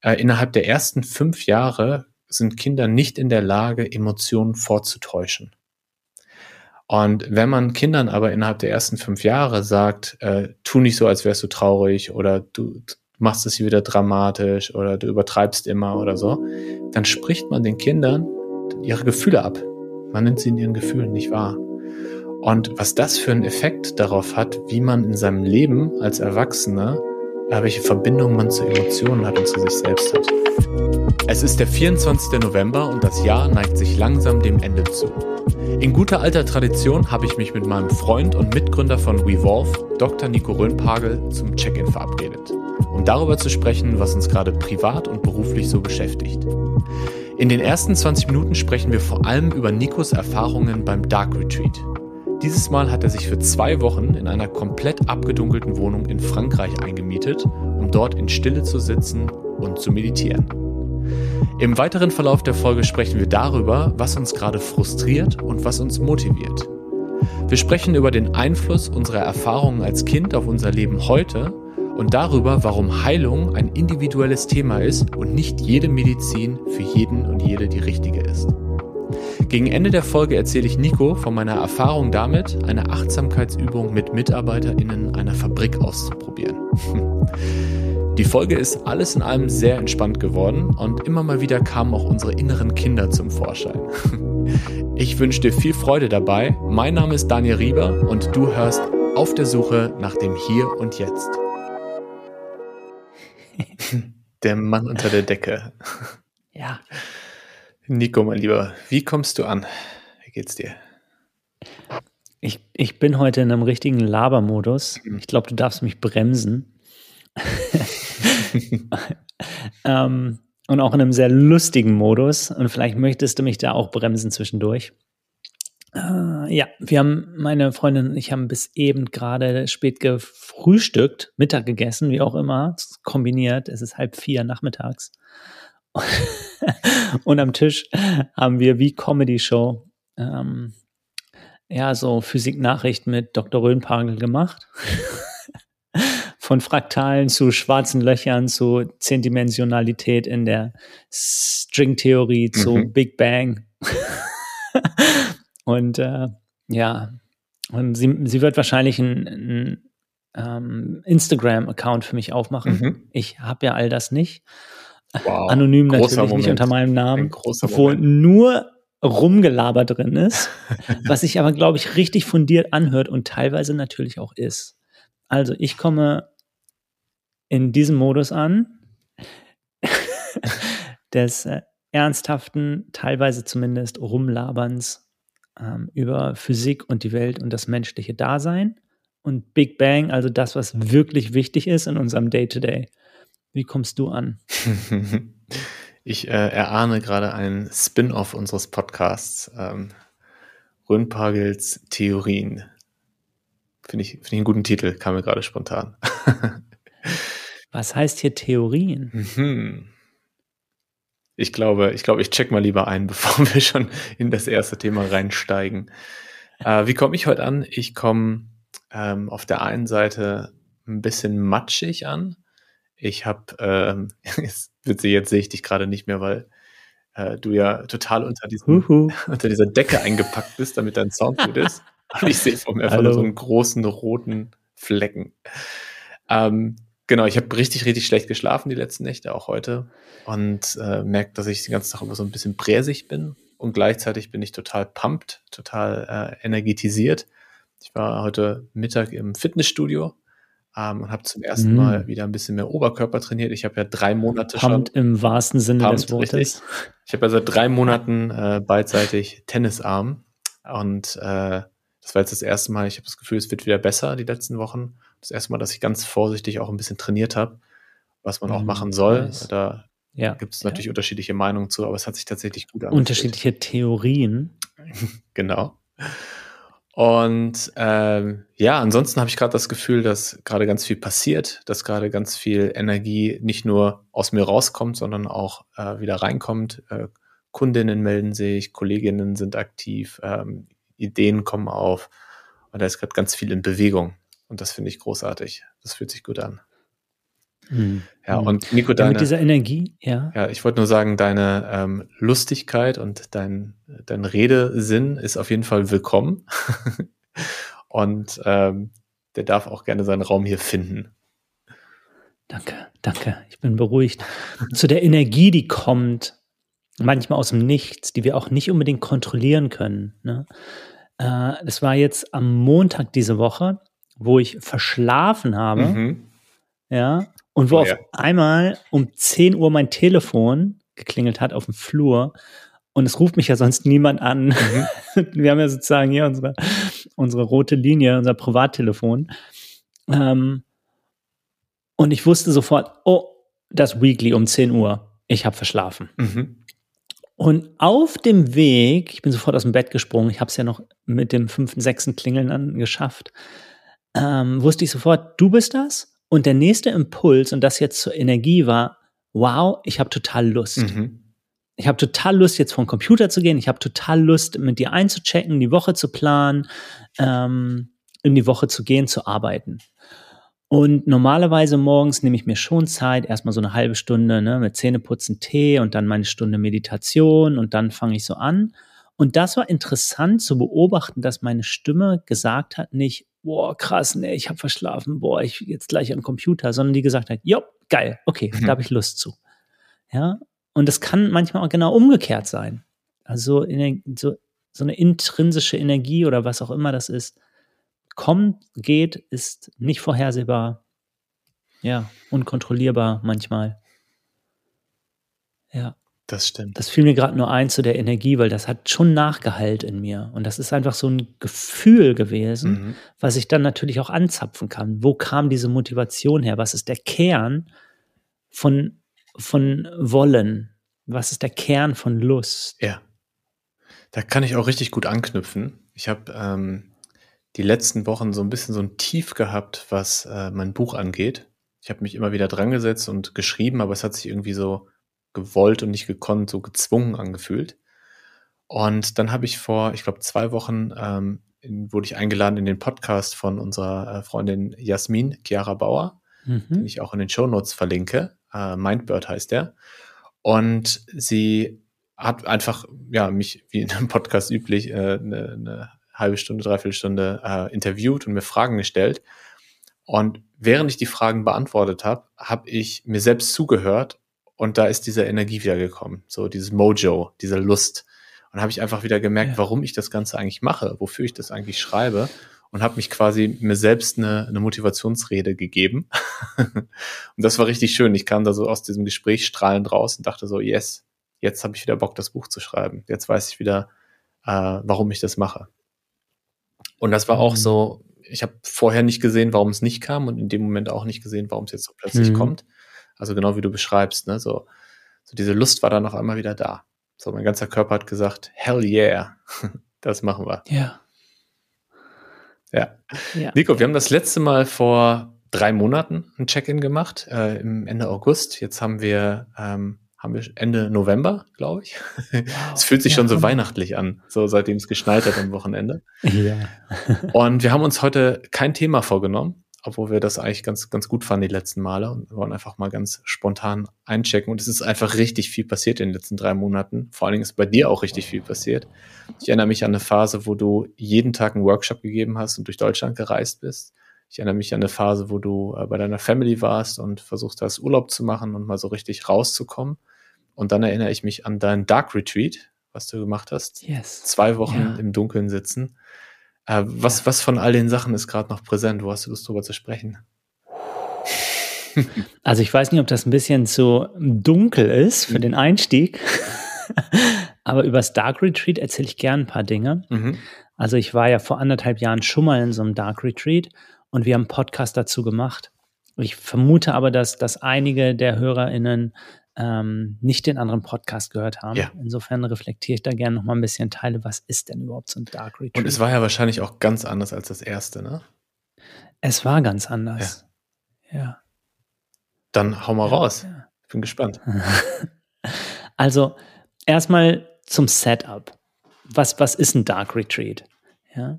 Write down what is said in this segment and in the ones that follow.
innerhalb der ersten 5 Jahre sind Kinder nicht in der Lage, Emotionen vorzutäuschen. Und wenn man Kindern aber innerhalb der ersten 5 Jahre sagt, tu nicht so, als wärst du traurig oder du machst es wieder dramatisch oder du übertreibst immer oder so, dann spricht man den Kindern ihre Gefühle ab. Man nimmt sie in ihren Gefühlen nicht wahr. Und was das für einen Effekt darauf hat, wie man in seinem Leben als Erwachsener, welche Verbindung man zu Emotionen hat und zu sich selbst hat. Es ist der 24. November und das Jahr neigt sich langsam dem Ende zu. In guter alter Tradition habe ich mich mit meinem Freund und Mitgründer von Revolve, Dr. Nico Röhnpagel, zum Check-in verabredet, um darüber zu sprechen, was uns gerade privat und beruflich so beschäftigt. In den ersten 20 Minuten sprechen wir vor allem über Nikos Erfahrungen beim Dark Retreat. Dieses Mal hat er sich für 2 Wochen in einer komplett abgedunkelten Wohnung in Frankreich eingemietet, um dort in Stille zu sitzen und zu meditieren. Im weiteren Verlauf der Folge sprechen wir darüber, was uns gerade frustriert und was uns motiviert. Wir sprechen über den Einfluss unserer Erfahrungen als Kind auf unser Leben heute und darüber, warum Heilung ein individuelles Thema ist und nicht jede Medizin für jeden und jede die richtige ist. Gegen Ende der Folge erzähle ich Nico von meiner Erfahrung damit, eine Achtsamkeitsübung mit MitarbeiterInnen einer Fabrik auszuprobieren. Die Folge ist alles in allem sehr entspannt geworden und immer mal wieder kamen auch unsere inneren Kinder zum Vorschein. Ich wünsche dir viel Freude dabei. Mein Name ist Daniel Rieber und du hörst Auf der Suche nach dem Hier und Jetzt. Der Mann unter der Decke. Ja. Nico, mein Lieber, wie kommst du an? Wie geht's dir? Ich bin heute in einem richtigen Labermodus. Ich glaube, du darfst mich bremsen. Und auch in einem sehr lustigen Modus. Und vielleicht möchtest du mich da auch bremsen zwischendurch. Ja, meine Freundin und ich haben bis eben gerade spät gefrühstückt, Mittag gegessen, wie auch immer, kombiniert. Es ist 3:30 nachmittags. Und am Tisch haben wir wie Comedy-Show so Physik-Nachrichten mit Dr. Röhnpagel gemacht. Von Fraktalen zu schwarzen Löchern, zu Zehndimensionalität in der Stringtheorie, zu Big Bang. Und und sie wird wahrscheinlich einen Instagram-Account für mich aufmachen. Ich habe ja all das nicht. Wow. Anonym natürlich, nicht unter meinem Namen, wo nur Rumgelaber drin ist, was sich aber, glaube ich, richtig fundiert anhört und teilweise natürlich auch ist. Also ich komme in diesem Modus an, des ernsthaften, teilweise zumindest Rumlaberns über Physik und die Welt und das menschliche Dasein und Big Bang, also das, was wirklich wichtig ist in unserem Day-to-Day. Wie kommst du an? Ich erahne gerade einen Spin-off unseres Podcasts, Röhnpagels Theorien. Finde ich einen guten Titel, kam mir gerade spontan. Was heißt hier Theorien? Ich glaube, ich check mal lieber ein, bevor wir schon in das erste Thema reinsteigen. Wie komme ich heute an? Ich komme auf der einen Seite ein bisschen matschig an. Ich habe, jetzt sehe ich dich gerade nicht mehr, weil du ja total unter dieser Decke eingepackt bist, damit dein Sound gut ist. Und ich sehe vor mir einfach nur so einen großen roten Flecken. Genau, ich habe richtig, richtig schlecht geschlafen die letzten Nächte, auch heute. Und merke, dass ich den ganzen Tag immer so ein bisschen bräsig bin. Und gleichzeitig bin ich total pumped, total energetisiert. Ich war heute Mittag im Fitnessstudio und habe zum ersten Mal wieder ein bisschen mehr Oberkörper trainiert. Ich habe ja 3 Monate pumped schon. Im wahrsten Sinne des Wortes. Richtig. Ich habe ja seit 3 Monaten beidseitig Tennisarm. Und das war jetzt das erste Mal, ich habe das Gefühl, es wird wieder besser die letzten Wochen. Das erste Mal, dass ich ganz vorsichtig auch ein bisschen trainiert habe, was man auch machen soll. Nice. Da gibt es natürlich unterschiedliche Meinungen zu, aber es hat sich tatsächlich gut angefühlt. Unterschiedliche Theorien. Genau. Und ansonsten habe ich gerade das Gefühl, dass gerade ganz viel passiert, dass gerade ganz viel Energie nicht nur aus mir rauskommt, sondern auch wieder reinkommt. Kundinnen melden sich, Kolleginnen sind aktiv, Ideen kommen auf und da ist gerade ganz viel in Bewegung und das finde ich großartig. Das fühlt sich gut an. Ja, und Nico, mit dieser Energie, Ja, ich wollte nur sagen, deine Lustigkeit und dein Redesinn ist auf jeden Fall willkommen. Und der darf auch gerne seinen Raum hier finden. Danke. Ich bin beruhigt. Zu der Energie, die kommt, manchmal aus dem Nichts, die wir auch nicht unbedingt kontrollieren können. Ne? Das war jetzt am Montag diese Woche, wo ich verschlafen habe. Ja. Und wo auf einmal um 10 Uhr mein Telefon geklingelt hat auf dem Flur. Und es ruft mich ja sonst niemand an. Wir haben ja sozusagen hier unsere rote Linie, unser Privattelefon. Und ich wusste sofort, das Weekly um 10 Uhr. Ich habe verschlafen. Und auf dem Weg, ich bin sofort aus dem Bett gesprungen, ich habe es ja noch mit dem 5., 6. Klingeln geschafft, wusste ich sofort, du bist das. Und der nächste Impuls, und das jetzt zur Energie war, wow, ich habe total Lust. Ich habe total Lust, jetzt vor den Computer zu gehen. Ich habe total Lust, mit dir einzuchecken, die Woche zu planen, in die Woche zu gehen, zu arbeiten. Und normalerweise morgens nehme ich mir schon Zeit, erstmal so eine halbe Stunde mit Zähneputzen, Tee und dann meine Stunde Meditation und dann fange ich so an. Und das war interessant zu beobachten, dass meine Stimme gesagt hat, nicht, boah, krass, nee, ich habe verschlafen, boah, ich jetzt gleich am Computer, sondern die gesagt hat, jo, geil, okay, da habe ich Lust zu. Ja, und das kann manchmal auch genau umgekehrt sein. Also so eine intrinsische Energie oder was auch immer das ist, kommt, geht, ist nicht vorhersehbar, ja, unkontrollierbar manchmal. Ja. Das stimmt. Das fiel mir gerade nur ein zu der Energie, weil das hat schon Nachgehalt in mir. Und das ist einfach so ein Gefühl gewesen, was ich dann natürlich auch anzapfen kann. Wo kam diese Motivation her? Was ist der Kern von Wollen? Was ist der Kern von Lust? Ja, da kann ich auch richtig gut anknüpfen. Ich habe die letzten Wochen so ein bisschen so ein Tief gehabt, was mein Buch angeht. Ich habe mich immer wieder dran gesetzt und geschrieben, aber es hat sich irgendwie so gewollt und nicht gekonnt, so gezwungen angefühlt. Und dann habe ich vor, ich glaube 2 Wochen, wurde ich eingeladen in den Podcast von unserer Freundin Jasmin Chiara Bauer, den ich auch in den Shownotes verlinke. Mindbird heißt der. Und sie hat einfach, ja, mich wie in einem Podcast üblich eine halbe Stunde, 3/4 Stunde interviewt und mir Fragen gestellt. Und während ich die Fragen beantwortet habe, habe ich mir selbst zugehört und da ist diese Energie wieder gekommen, so dieses Mojo, diese Lust. Und habe ich einfach wieder gemerkt, warum ich das Ganze eigentlich mache, wofür ich das eigentlich schreibe und habe mich quasi mir selbst eine Motivationsrede gegeben. Und das war richtig schön. Ich kam da so aus diesem Gespräch strahlend raus und dachte so, yes, jetzt habe ich wieder Bock, das Buch zu schreiben. Jetzt weiß ich wieder, warum ich das mache. Und das war auch so, ich habe vorher nicht gesehen, warum es nicht kam und in dem Moment auch nicht gesehen, warum es jetzt so plötzlich kommt. Also genau wie du beschreibst, ne? So diese Lust war dann auf einmal wieder da. So, mein ganzer Körper hat gesagt, hell yeah, das machen wir. Ja. Nico, wir haben das letzte Mal vor 3 Monaten ein Check-in gemacht, im Ende August. Jetzt haben wir Ende November, glaube ich. Es fühlt sich schon so weihnachtlich an, so seitdem es geschneit hat am Wochenende. Ja. Und wir haben uns heute kein Thema vorgenommen, obwohl wir das eigentlich ganz, ganz gut fanden die letzten Male und wollen einfach mal ganz spontan einchecken. Und es ist einfach richtig viel passiert in den letzten 3 Monaten. Vor allen Dingen ist bei dir auch richtig viel passiert. Ich erinnere mich an eine Phase, wo du jeden Tag einen Workshop gegeben hast und durch Deutschland gereist bist. Ich erinnere mich an eine Phase, wo du bei deiner Family warst und versucht hast, Urlaub zu machen und mal so richtig rauszukommen. Und dann erinnere ich mich an dein Dark Retreat, was du gemacht hast. Yes. 2 Wochen im Dunkeln sitzen. Was von all den Sachen ist gerade noch präsent? Wo hast du Lust, drüber zu sprechen? Also ich weiß nicht, ob das ein bisschen zu dunkel ist für den Einstieg, aber über das Dark Retreat erzähle ich gern ein paar Dinge. Also ich war ja vor 1,5 Jahren schon mal in so einem Dark Retreat und wir haben einen Podcast dazu gemacht. Ich vermute aber, dass einige der HörerInnen nicht den anderen Podcast gehört haben. Ja. Insofern reflektiere ich da gerne noch mal ein bisschen Teile, was ist denn überhaupt so ein Dark Retreat? Und es war ja wahrscheinlich auch ganz anders als das erste, ne? Es war ganz anders. Ja. Dann hau mal raus. Ja. Ich bin gespannt. Also, erstmal zum Setup. Was ist ein Dark Retreat? Ja.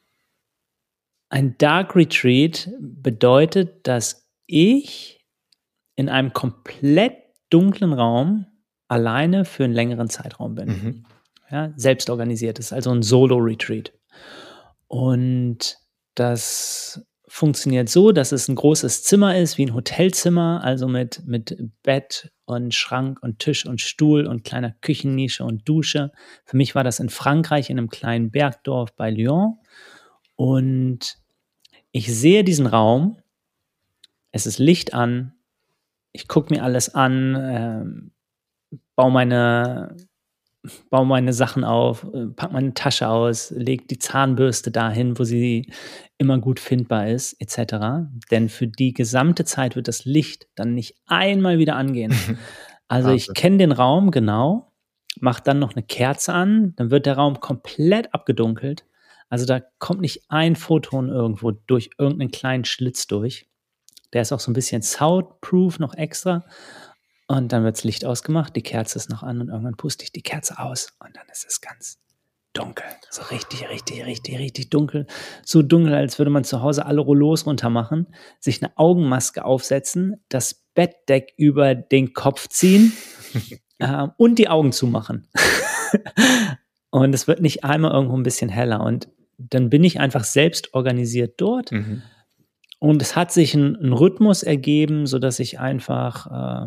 Ein Dark Retreat bedeutet, dass ich in einem komplett dunklen Raum alleine für einen längeren Zeitraum bin. Ja, selbst organisiert ist, also ein Solo-Retreat. Und das funktioniert so, dass es ein großes Zimmer ist, wie ein Hotelzimmer, also mit Bett und Schrank und Tisch und Stuhl und kleiner Küchennische und Dusche. Für mich war das in Frankreich in einem kleinen Bergdorf bei Lyon. Und ich sehe diesen Raum, es ist Licht an, ich gucke mir alles an, baue meine Sachen auf, pack meine Tasche aus, leg die Zahnbürste dahin, wo sie immer gut findbar ist, etc. Denn für die gesamte Zeit wird das Licht dann nicht einmal wieder angehen. Also ich kenne den Raum genau, mache dann noch eine Kerze an, dann wird der Raum komplett abgedunkelt. Also da kommt nicht ein Photon irgendwo durch irgendeinen kleinen Schlitz durch. Der ist auch so ein bisschen soundproof noch extra. Und dann wird das Licht ausgemacht, die Kerze ist noch an und irgendwann puste ich die Kerze aus und dann ist es ganz dunkel. So richtig dunkel. So dunkel, als würde man zu Hause alle Rollos runter machen, sich eine Augenmaske aufsetzen, das Bettdeck über den Kopf ziehen und die Augen zumachen. Und es wird nicht einmal irgendwo ein bisschen heller. Und dann bin ich einfach selbst organisiert dort. Und es hat sich ein Rhythmus ergeben, sodass ich einfach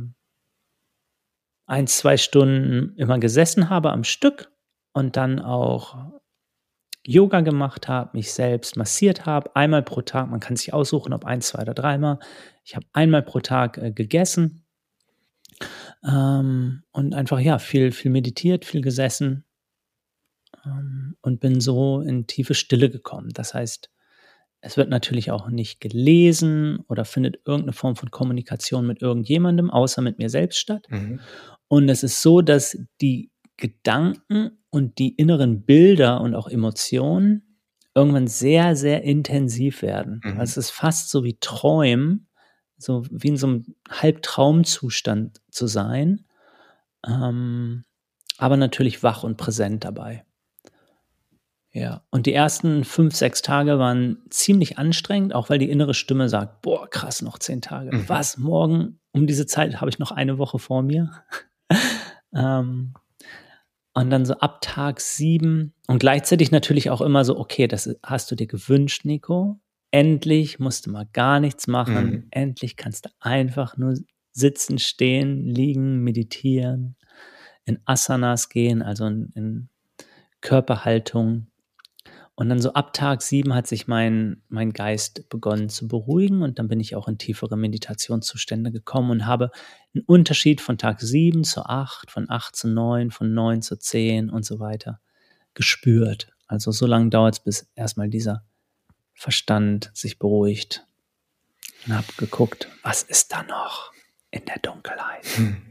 1-2 Stunden immer gesessen habe am Stück und dann auch Yoga gemacht habe, mich selbst massiert habe, einmal pro Tag. Man kann sich aussuchen, ob 1, 2 oder 3-mal. Ich habe einmal pro Tag gegessen und einfach viel meditiert, viel gesessen und bin so in tiefe Stille gekommen. Das heißt, es wird natürlich auch nicht gelesen oder findet irgendeine Form von Kommunikation mit irgendjemandem, außer mit mir selbst statt. Und es ist so, dass die Gedanken und die inneren Bilder und auch Emotionen irgendwann sehr, sehr intensiv werden. Also es ist fast so wie Träumen, so wie in so einem Halbtraumzustand zu sein, aber natürlich wach und präsent dabei. Ja, und die ersten 5, 6 Tage waren ziemlich anstrengend, auch weil die innere Stimme sagt, boah, krass, noch 10 Tage. Was, morgen um diese Zeit habe ich noch eine Woche vor mir? Und dann so ab Tag 7 und gleichzeitig natürlich auch immer so, okay, das hast du dir gewünscht, Nico. Endlich musst du mal gar nichts machen. Endlich kannst du einfach nur sitzen, stehen, liegen, meditieren, in Asanas gehen, also in Körperhaltung. Und dann so ab Tag 7 hat sich mein Geist begonnen zu beruhigen und dann bin ich auch in tiefere Meditationszustände gekommen und habe einen Unterschied von Tag 7 zu 8, von 8 zu 9, von 9 zu 10 und so weiter gespürt. Also so lange dauert es, bis erstmal dieser Verstand sich beruhigt. Und habe geguckt, was ist da noch in der Dunkelheit?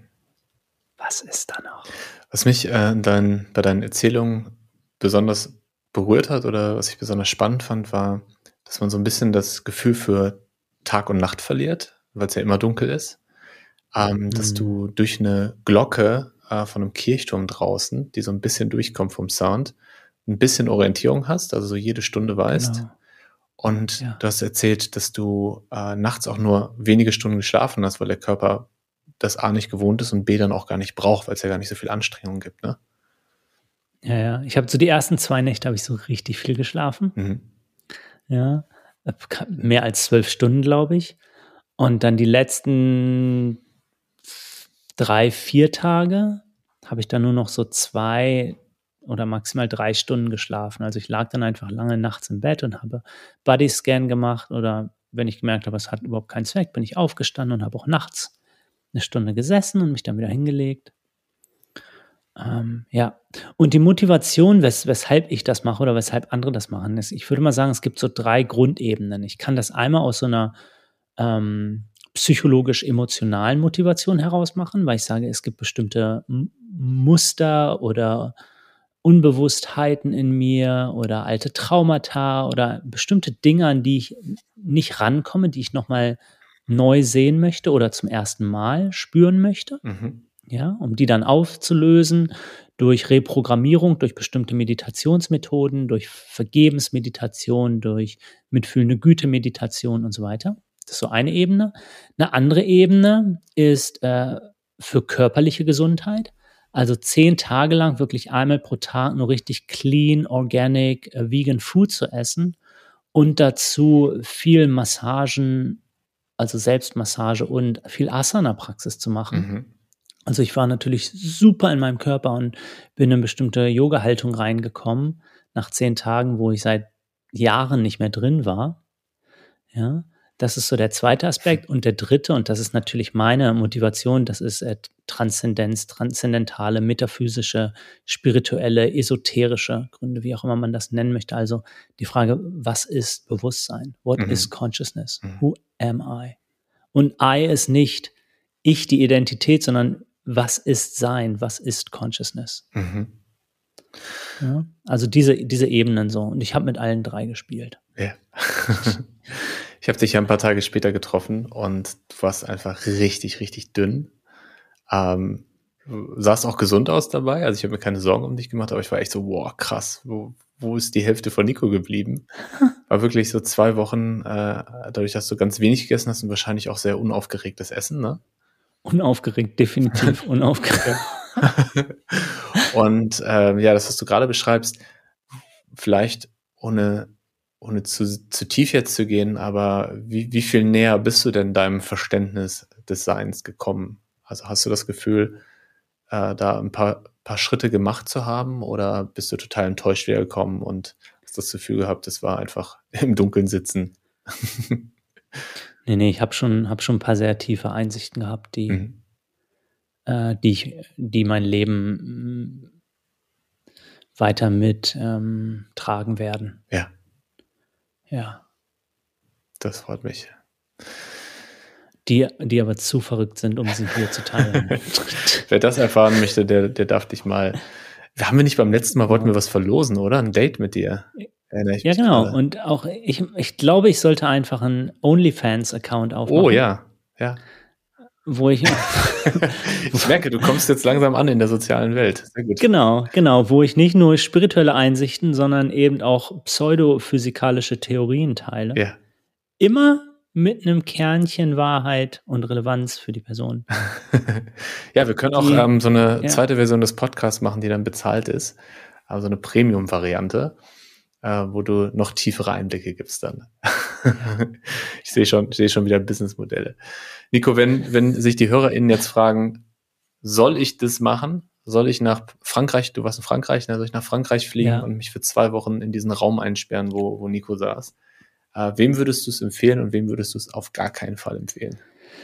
Was ist da noch? Was mich bei deinen Erzählungen besonders berührt hat oder was ich besonders spannend fand, war, dass man so ein bisschen das Gefühl für Tag und Nacht verliert, weil es ja immer dunkel ist. Dass du durch eine Glocke von einem Kirchturm draußen, die so ein bisschen durchkommt vom Sound, ein bisschen Orientierung hast, also so jede Stunde weißt. Genau. Und du hast erzählt, dass du nachts auch nur wenige Stunden geschlafen hast, weil der Körper das A nicht gewohnt ist und B dann auch gar nicht braucht, weil es ja gar nicht so viel Anstrengung gibt, ne? Ja. Ich habe so die ersten 2 Nächte habe ich so richtig viel geschlafen. Ja, mehr als 12 Stunden, glaube ich. Und dann die letzten 3, 4 Tage habe ich dann nur noch so 2 oder maximal 3 Stunden geschlafen. Also ich lag dann einfach lange nachts im Bett und habe Bodyscan gemacht oder wenn ich gemerkt habe, es hat überhaupt keinen Zweck, bin ich aufgestanden und habe auch nachts 1 Stunde gesessen und mich dann wieder hingelegt. Und die Motivation, weshalb ich das mache oder weshalb andere das machen, ist, ich würde mal sagen, es gibt so 3 Grundebenen. Ich kann das einmal aus so einer psychologisch-emotionalen Motivation heraus machen, weil ich sage, es gibt bestimmte Muster oder Unbewusstheiten in mir oder alte Traumata oder bestimmte Dinge, an die ich nicht rankomme, die ich nochmal neu sehen möchte oder zum ersten Mal spüren möchte. Ja, um die dann aufzulösen durch Reprogrammierung, durch bestimmte Meditationsmethoden, durch Vergebensmeditation, durch mitfühlende Güte-Meditation und so weiter. Das ist so eine Ebene. Eine andere Ebene ist für körperliche Gesundheit. Also 10 Tage lang wirklich einmal pro Tag nur richtig clean, organic, vegan Food zu essen und dazu viel Massagen, also Selbstmassage und viel Asana-Praxis zu machen. Also ich war natürlich super in meinem Körper und bin in eine bestimmte Yoga-Haltung reingekommen nach 10 Tagen, wo ich seit Jahren nicht mehr drin war. Ja, das ist so der zweite Aspekt. Und der dritte, und das ist natürlich meine Motivation, das ist Transzendenz, transzendentale, metaphysische, spirituelle, esoterische Gründe, wie auch immer man das nennen möchte. Also die Frage, was ist Bewusstsein? What is consciousness? Who am I? Und I ist nicht ich, die Identität, sondern was ist Sein? Was ist Consciousness? Ja, also diese Ebenen so. Und ich habe mit allen 3 gespielt. Ja. Ich habe dich ja ein paar Tage später getroffen und du warst einfach richtig, richtig dünn. Sahst auch gesund aus dabei. Also ich habe mir keine Sorgen um dich gemacht, aber ich war echt so, wow, krass, wo ist die Hälfte von Nico geblieben? War wirklich so 2 Wochen, dadurch, dass du ganz wenig gegessen hast und wahrscheinlich auch sehr unaufgeregtes Essen, ne? Unaufgeregt, definitiv unaufgeregt. Und ja, das, was du gerade beschreibst, vielleicht ohne zu tief jetzt zu gehen, aber wie viel näher bist du denn deinem Verständnis des Seins gekommen? Also hast du das Gefühl, da ein paar Schritte gemacht zu haben oder bist du total enttäuscht wiedergekommen und hast das Gefühl gehabt, es war einfach im Dunkeln sitzen? Nee, ich habe schon ein paar sehr tiefe Einsichten gehabt, die mein Leben weiter mit tragen werden. Ja. Ja. Das freut mich. Die aber zu verrückt sind, um sie hier zu teilen. Wer das erfahren möchte, der darf dich mal. Haben wir nicht beim letzten Mal, wollten wir was verlosen, oder? Ein Date mit dir. Ja, genau. Gerade. Und auch ich glaube, ich sollte einfach einen OnlyFans-Account aufmachen. Oh ja. Wo ich ich merke, du kommst jetzt langsam an in der sozialen Welt. Sehr gut. Genau, wo ich nicht nur spirituelle Einsichten, sondern eben auch pseudophysikalische Theorien teile. Ja. Immer mit einem Kernchen Wahrheit und Relevanz für die Person. Ja, wir können auch so eine zweite Version des Podcasts machen, die dann bezahlt ist. Also eine Premium-Variante, wo du noch tiefere Einblicke gibst dann. Ich sehe schon wieder Businessmodelle. Nico, wenn sich die HörerInnen jetzt fragen, soll ich das machen? Soll ich nach Frankreich, du warst in Frankreich, soll ich nach Frankreich fliegen und mich für 2 Wochen in diesen Raum einsperren, wo Nico saß? Wem würdest du es empfehlen und wem würdest du es auf gar keinen Fall empfehlen?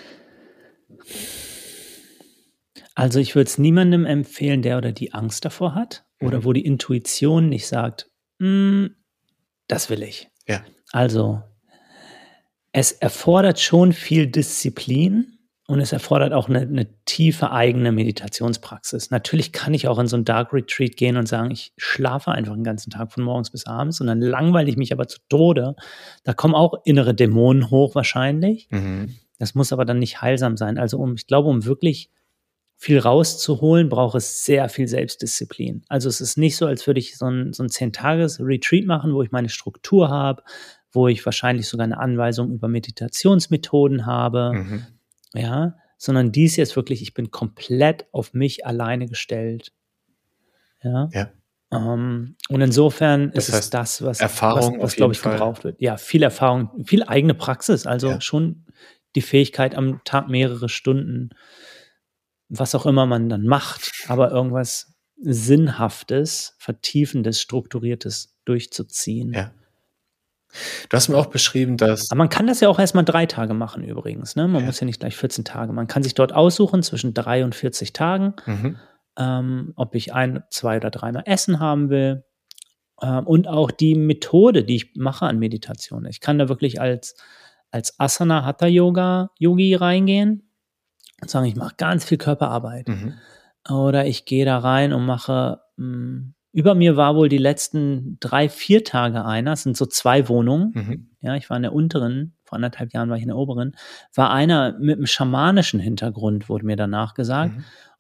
Also ich würde es niemandem empfehlen, der oder die Angst davor hat oder wo die Intuition nicht sagt, das will ich. Ja. Also es erfordert schon viel Disziplin und es erfordert auch eine tiefe eigene Meditationspraxis. Natürlich kann ich auch in so ein Dark Retreat gehen und sagen, ich schlafe einfach den ganzen Tag von morgens bis abends und dann langweile ich mich aber zu Tode. Da kommen auch innere Dämonen hoch wahrscheinlich. Das muss aber dann nicht heilsam sein. Also ich glaube, um wirklich viel rauszuholen, braucht es sehr viel Selbstdisziplin. Also es ist nicht so, als würde ich so ein 10-Tages-Retreat machen, wo ich meine Struktur habe, wo ich wahrscheinlich sogar eine Anweisung über Meditationsmethoden habe, ja, sondern dies jetzt wirklich, ich bin komplett auf mich alleine gestellt. Ja. Und insofern ist es das, was glaube ich, gebraucht wird. Ja, viel Erfahrung, viel eigene Praxis, also schon die Fähigkeit, am Tag mehrere Stunden, was auch immer man dann macht, aber irgendwas Sinnhaftes, Vertiefendes, Strukturiertes durchzuziehen. Ja. Du hast mir auch beschrieben, dass... Aber man kann das ja auch erstmal 3 Tage machen übrigens. Ne? Man muss ja nicht gleich 14 Tage. Man kann sich dort aussuchen zwischen 3 und 40 Tagen, ob ich 1, 2 oder 3 Mal Essen haben will. Und auch die Methode, die ich mache an Meditation. Ich kann da wirklich als Asana-Hatha-Yogi reingehen und sagen, ich mache ganz viel Körperarbeit. Oder ich gehe da rein und mache... Über mir war wohl die letzten 3, 4 Tage einer, es sind so 2 Wohnungen, ja, ich war in der unteren, vor 1,5 Jahren war ich in der oberen, war einer mit einem schamanischen Hintergrund, wurde mir danach gesagt,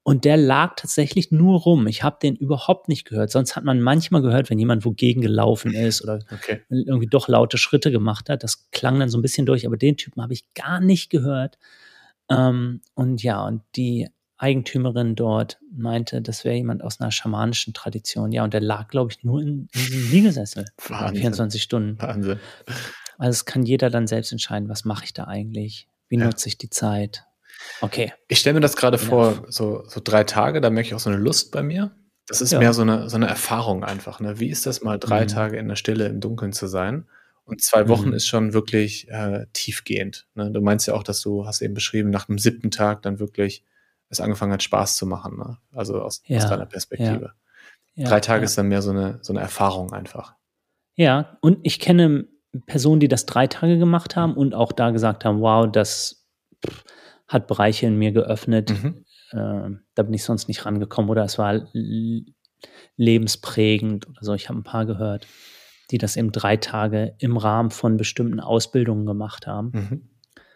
Und der lag tatsächlich nur rum. Ich habe den überhaupt nicht gehört. Sonst hat man manchmal gehört, wenn jemand wogegen gelaufen ist oder irgendwie doch laute Schritte gemacht hat. Das klang dann so ein bisschen durch, aber den Typen habe ich gar nicht gehört. Und die Eigentümerin dort meinte, das wäre jemand aus einer schamanischen Tradition. Ja, und der lag, glaube ich, nur in diesem Liegesessel. Wahnsinn. 24 Stunden. Wahnsinn. Also es kann jeder dann selbst entscheiden, was mache ich da eigentlich? Wie nutze ich die Zeit? Okay. Ich stelle mir das gerade vor, so 3 Tage, da merke ich auch so eine Lust bei mir. Das ist mehr so eine Erfahrung einfach. Ne? Wie ist das mal 3 Tage in der Stille im Dunkeln zu sein? Und 2 Wochen ist schon wirklich tiefgehend. Ne? Du meinst ja auch, dass du, hast eben beschrieben, nach dem 7. Tag dann wirklich es angefangen hat, Spaß zu machen. Ne? Also aus deiner Perspektive. 3 Tage ist dann mehr so eine Erfahrung einfach. Ja, und ich kenne Personen, die das 3 Tage gemacht haben und auch da gesagt haben, wow, das hat Bereiche in mir geöffnet. Da bin ich sonst nicht rangekommen oder es war lebensprägend oder so. Ich habe ein paar gehört, die das eben 3 Tage im Rahmen von bestimmten Ausbildungen gemacht haben.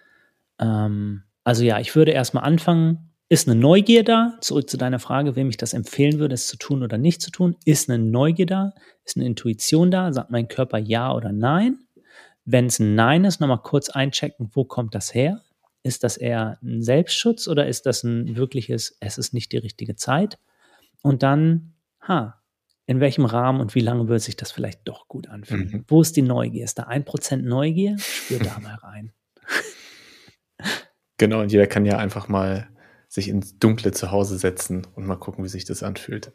Also ich würde erstmal anfangen. Ist eine Neugier da? Zurück zu deiner Frage, wem ich das empfehlen würde, es zu tun oder nicht zu tun. Ist eine Neugier da? Ist eine Intuition da? Sagt mein Körper ja oder nein? Wenn es ein Nein ist, nochmal kurz einchecken, wo kommt das her? Ist das eher ein Selbstschutz oder ist das ein wirkliches, es ist nicht die richtige Zeit? Und dann, in welchem Rahmen und wie lange wird sich das vielleicht doch gut anfühlen? Wo ist die Neugier? Ist da 1% Neugier? Spür da mal rein. Genau, und jeder kann ja einfach mal sich ins dunkle Zuhause setzen und mal gucken, wie sich das anfühlt.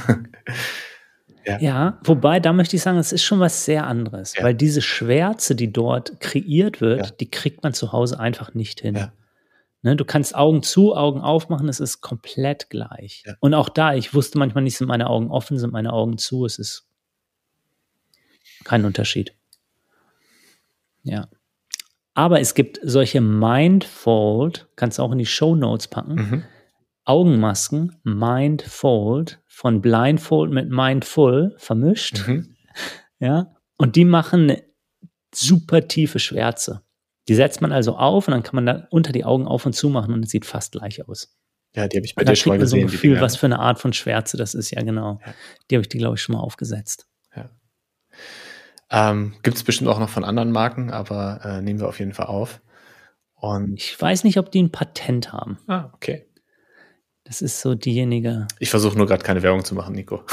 Ja, wobei, da möchte ich sagen, es ist schon was sehr anderes, weil diese Schwärze, die dort kreiert wird, die kriegt man zu Hause einfach nicht hin. Ja. Ne, du kannst Augen zu, Augen aufmachen, es ist komplett gleich. Ja. Und auch da, ich wusste manchmal nicht, sind meine Augen offen, sind meine Augen zu, es ist kein Unterschied. Ja. Aber es gibt solche Mindfold, kannst du auch in die Shownotes packen, Augenmasken, Mindfold, von Blindfold mit Mindful vermischt. Ja, und die machen eine super tiefe Schwärze. Die setzt man also auf und dann kann man da unter die Augen auf und zu machen und es sieht fast gleich aus. Ja, die habe ich bei dir schon mal gesehen. Da kriegt man so ein Gefühl, was für eine Art von Schwärze das ist. Ja, genau. Ja. Die habe ich dir, glaube ich, schon mal aufgesetzt. Ja. Gibt es bestimmt auch noch von anderen Marken, aber nehmen wir auf jeden Fall auf. Und ich weiß nicht, ob die ein Patent haben. Ah, okay. Das ist so diejenige. Ich versuche nur gerade keine Werbung zu machen, Nico.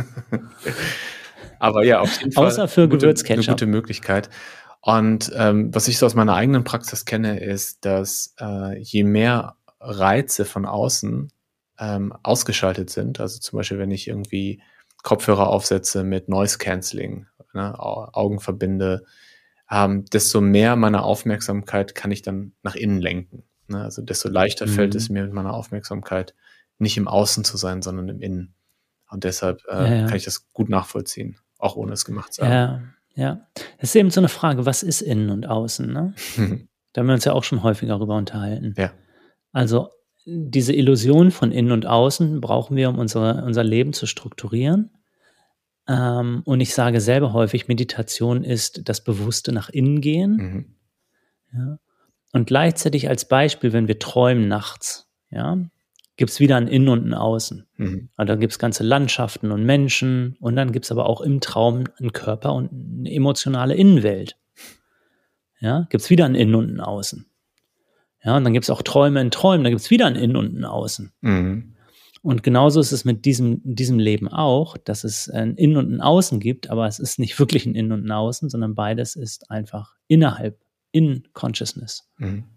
Aber ja, auf jeden Fall außer für Gewürzketchup. Eine gute Möglichkeit. Und was ich so aus meiner eigenen Praxis kenne, ist, dass je mehr Reize von außen ausgeschaltet sind, also zum Beispiel, wenn ich irgendwie Kopfhörer aufsetze mit Noise Cancelling, Augen verbinde, desto mehr meiner Aufmerksamkeit kann ich dann nach innen lenken. Ne? Also desto leichter fällt es mir mit meiner Aufmerksamkeit, nicht im Außen zu sein, sondern im Innen. Und deshalb kann ich das gut nachvollziehen, auch ohne es gemacht zu haben. Ja. Das ist eben so eine Frage, was ist innen und außen? Ne? Da haben wir uns ja auch schon häufiger darüber unterhalten. Ja. Also diese Illusion von innen und außen brauchen wir, um unser Leben zu strukturieren. Und ich sage selber häufig, Meditation ist das bewusste nach innen gehen. Ja. Und gleichzeitig als Beispiel, wenn wir träumen nachts, gibt es wieder ein Innen und ein Außen. Also da gibt es ganze Landschaften und Menschen und dann gibt es aber auch im Traum einen Körper und eine emotionale Innenwelt. Ja, gibt es wieder ein Innen und ein Außen. Ja, und dann gibt es auch Träume in Träumen, da gibt es wieder ein Innen und ein Außen. Und genauso ist es mit diesem Leben auch, dass es ein Innen und ein Außen gibt, aber es ist nicht wirklich ein Innen und ein Außen, sondern beides ist einfach innerhalb, in Consciousness.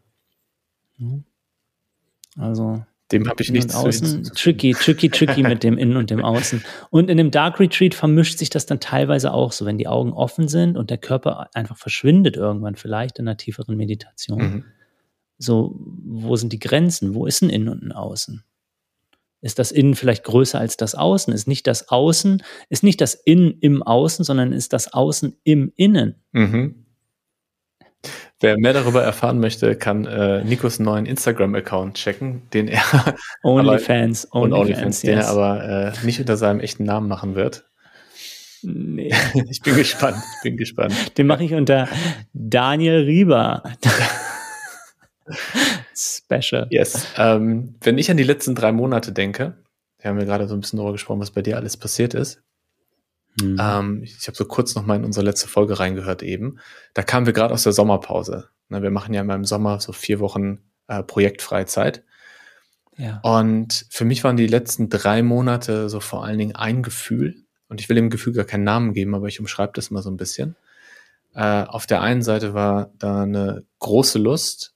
Also dem habe ich nichts zu tricky mit dem Innen und dem Außen. Und in dem Dark Retreat vermischt sich das dann teilweise auch so, wenn die Augen offen sind und der Körper einfach verschwindet irgendwann vielleicht in einer tieferen Meditation. So, wo sind die Grenzen? Wo ist ein Innen und ein Außen? Ist das Innen vielleicht größer als das Außen? Ist nicht das Außen, ist nicht das Innen im Außen, sondern ist das Außen im Innen? Wer mehr darüber erfahren möchte, kann Nikos neuen Instagram-Account checken, den er OnlyFans, den er aber nicht unter seinem echten Namen machen wird. Nee. Ich bin gespannt. Den mache ich unter Daniel Rieber. Special. Yes. Wenn ich an die letzten 3 Monate denke, wir haben ja gerade so ein bisschen darüber gesprochen, was bei dir alles passiert ist. Ich habe so kurz noch mal in unsere letzte Folge reingehört eben. Da kamen wir gerade aus der Sommerpause. Wir machen ja immer im Sommer so 4 Wochen Projektfreizeit. Ja. Und für mich waren die letzten 3 Monate so vor allen Dingen ein Gefühl. Und ich will dem Gefühl gar keinen Namen geben, aber ich umschreibe das mal so ein bisschen. Auf der einen Seite war da eine große Lust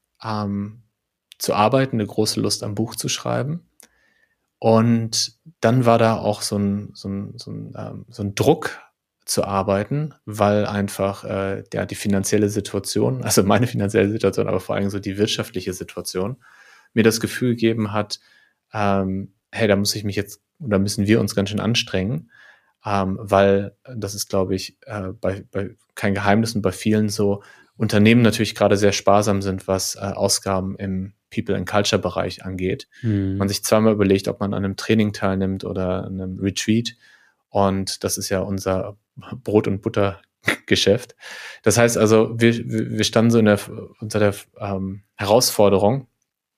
zu arbeiten, eine große Lust am Buch zu schreiben. Und dann war da auch so ein Druck zu arbeiten, weil einfach die finanzielle Situation, also meine finanzielle Situation, aber vor allem so die wirtschaftliche Situation, mir das Gefühl gegeben hat, hey, da muss ich mich jetzt oder müssen wir uns ganz schön anstrengen, weil das ist, glaube ich, bei kein Geheimnis und bei vielen so Unternehmen natürlich gerade sehr sparsam sind, was Ausgaben im People and Culture Bereich angeht. Man sich zweimal überlegt, ob man an einem Training teilnimmt oder an einem Retreat. Und das ist ja unser Brot- und Buttergeschäft. Das heißt also, wir standen so unter der Herausforderung,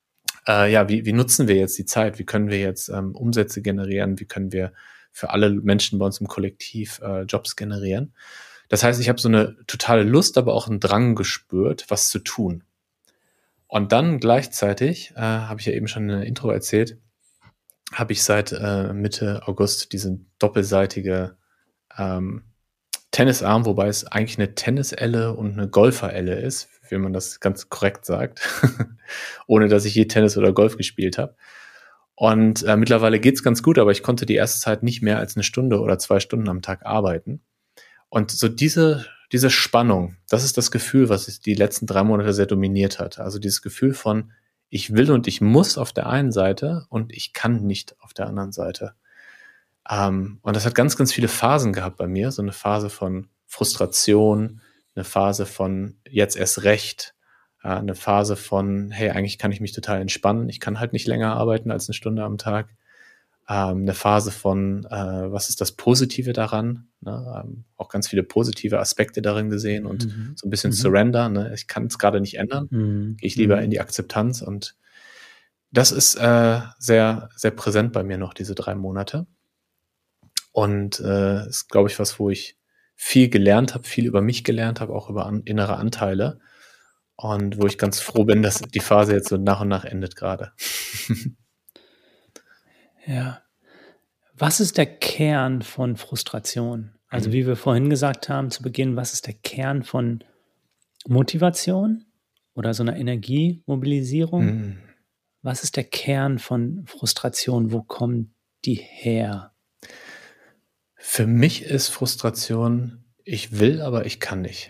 wie nutzen wir jetzt die Zeit? Wie können wir jetzt Umsätze generieren? Wie können wir für alle Menschen bei uns im Kollektiv Jobs generieren? Das heißt, ich habe so eine totale Lust, aber auch einen Drang gespürt, was zu tun. Und dann gleichzeitig, habe ich ja eben schon in der Intro erzählt, habe ich seit Mitte August diese doppelseitige Tennisarm, wobei es eigentlich eine Tenniselle und eine Golferelle ist, wie man das ganz korrekt sagt, ohne dass ich je Tennis oder Golf gespielt habe. Und mittlerweile geht's ganz gut, aber ich konnte die erste Zeit nicht mehr als 1 Stunde oder 2 Stunden am Tag arbeiten. Und so diese Spannung, das ist das Gefühl, was die letzten 3 Monate sehr dominiert hat. Also dieses Gefühl von, ich will und ich muss auf der einen Seite und ich kann nicht auf der anderen Seite. Und das hat ganz, ganz viele Phasen gehabt bei mir. So eine Phase von Frustration, eine Phase von jetzt erst recht, eine Phase von, hey, eigentlich kann ich mich total entspannen. Ich kann halt nicht länger arbeiten als 1 Stunde am Tag. Eine Phase von, was ist das Positive daran? Ne? Auch ganz viele positive Aspekte darin gesehen und so ein bisschen Surrender. Ne? Ich kann es gerade nicht ändern. Gehe ich lieber in die Akzeptanz. Und das ist sehr, sehr präsent bei mir noch, diese 3 Monate. Und ist, glaube ich, was, wo ich viel gelernt habe, viel über mich gelernt habe, auch über innere Anteile. Und wo ich ganz froh bin, dass die Phase jetzt so nach und nach endet gerade. Ja. Was ist der Kern von Frustration? Also wie wir vorhin gesagt haben zu Beginn, was ist der Kern von Motivation oder so einer Energiemobilisierung? Was ist der Kern von Frustration? Wo kommt die her? Für mich ist Frustration, ich will, aber ich kann nicht.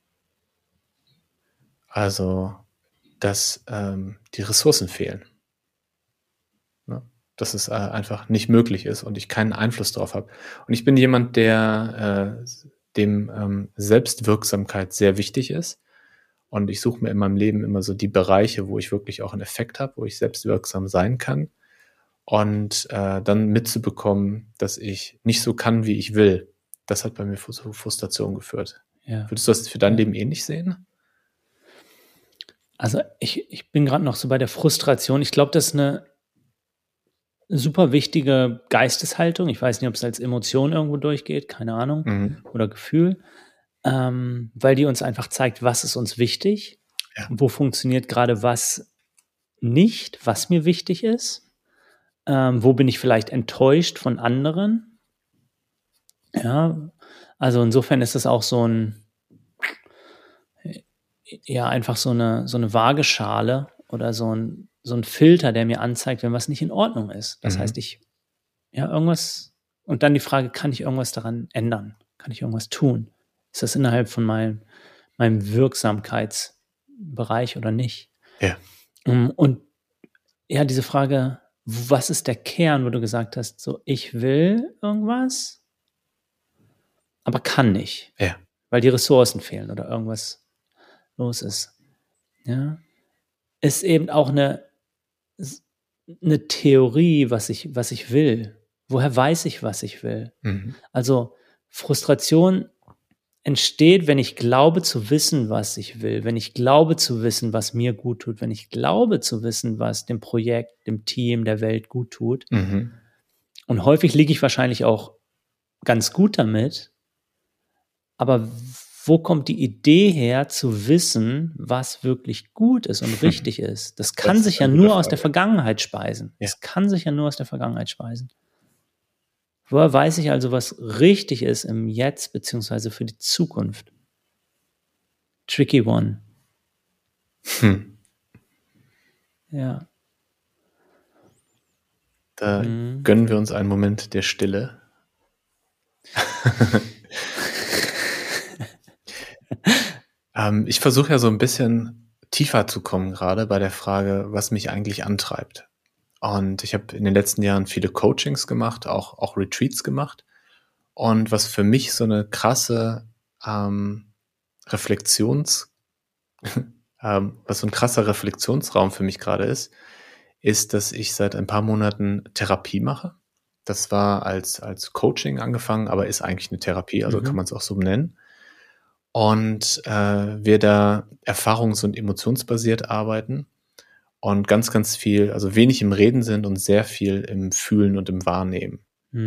Also, dass die Ressourcen fehlen. Ne? Dass es einfach nicht möglich ist und ich keinen Einfluss darauf habe. Und ich bin jemand, der dem Selbstwirksamkeit sehr wichtig ist. Und ich suche mir in meinem Leben immer so die Bereiche, wo ich wirklich auch einen Effekt habe, wo ich selbstwirksam sein kann. Und dann mitzubekommen, dass ich nicht so kann, wie ich will, das hat bei mir zu Frustration geführt. Ja. Würdest du das für dein Leben ähnlich sehen? Also ich bin gerade noch so bei der Frustration. Ich glaube, das ist eine super wichtige Geisteshaltung. Ich weiß nicht, ob es als Emotion irgendwo durchgeht, keine Ahnung, oder Gefühl, weil die uns einfach zeigt, was ist uns wichtig, wo funktioniert gerade was nicht, was mir wichtig ist, wo bin ich vielleicht enttäuscht von anderen. Ja, also insofern ist es auch so einfach so eine Waageschale oder so ein Filter, der mir anzeigt, wenn was nicht in Ordnung ist. Das heißt, irgendwas, und dann die Frage, kann ich irgendwas daran ändern? Kann ich irgendwas tun? Ist das innerhalb von meinem Wirksamkeitsbereich oder nicht? Ja. Und ja, diese Frage, was ist der Kern, wo du gesagt hast, so, ich will irgendwas, aber kann nicht. Ja. Weil die Ressourcen fehlen oder irgendwas los ist. Ja. Ist eben auch eine Theorie, was ich will. Woher weiß ich, was ich will? Also Frustration entsteht, wenn ich glaube zu wissen, was ich will, wenn ich glaube zu wissen, was mir gut tut, wenn ich glaube zu wissen, was dem Projekt, dem Team, der Welt gut tut. Mhm. Und häufig liege ich wahrscheinlich auch ganz gut damit. Aber wo kommt die Idee her, zu wissen, was wirklich gut ist und richtig ist? Das kann sich ja nur aus der Vergangenheit speisen. Das kann sich ja nur aus der Vergangenheit speisen. Woher weiß ich also, was richtig ist im Jetzt beziehungsweise für die Zukunft? Tricky one. Ja. Da gönnen wir uns einen Moment der Stille. Ich versuche ja so ein bisschen tiefer zu kommen gerade bei der Frage, was mich eigentlich antreibt. Und ich habe in den letzten Jahren viele Coachings gemacht, auch Retreats gemacht. Und was für mich so eine krasse was so ein krasser Reflexionsraum für mich gerade ist, dass ich seit ein paar Monaten Therapie mache. Das war als Coaching angefangen, aber ist eigentlich eine Therapie, also kann man es auch so nennen. Und wir da erfahrungs- und emotionsbasiert arbeiten und ganz, ganz viel, also wenig im Reden sind und sehr viel im Fühlen und im Wahrnehmen.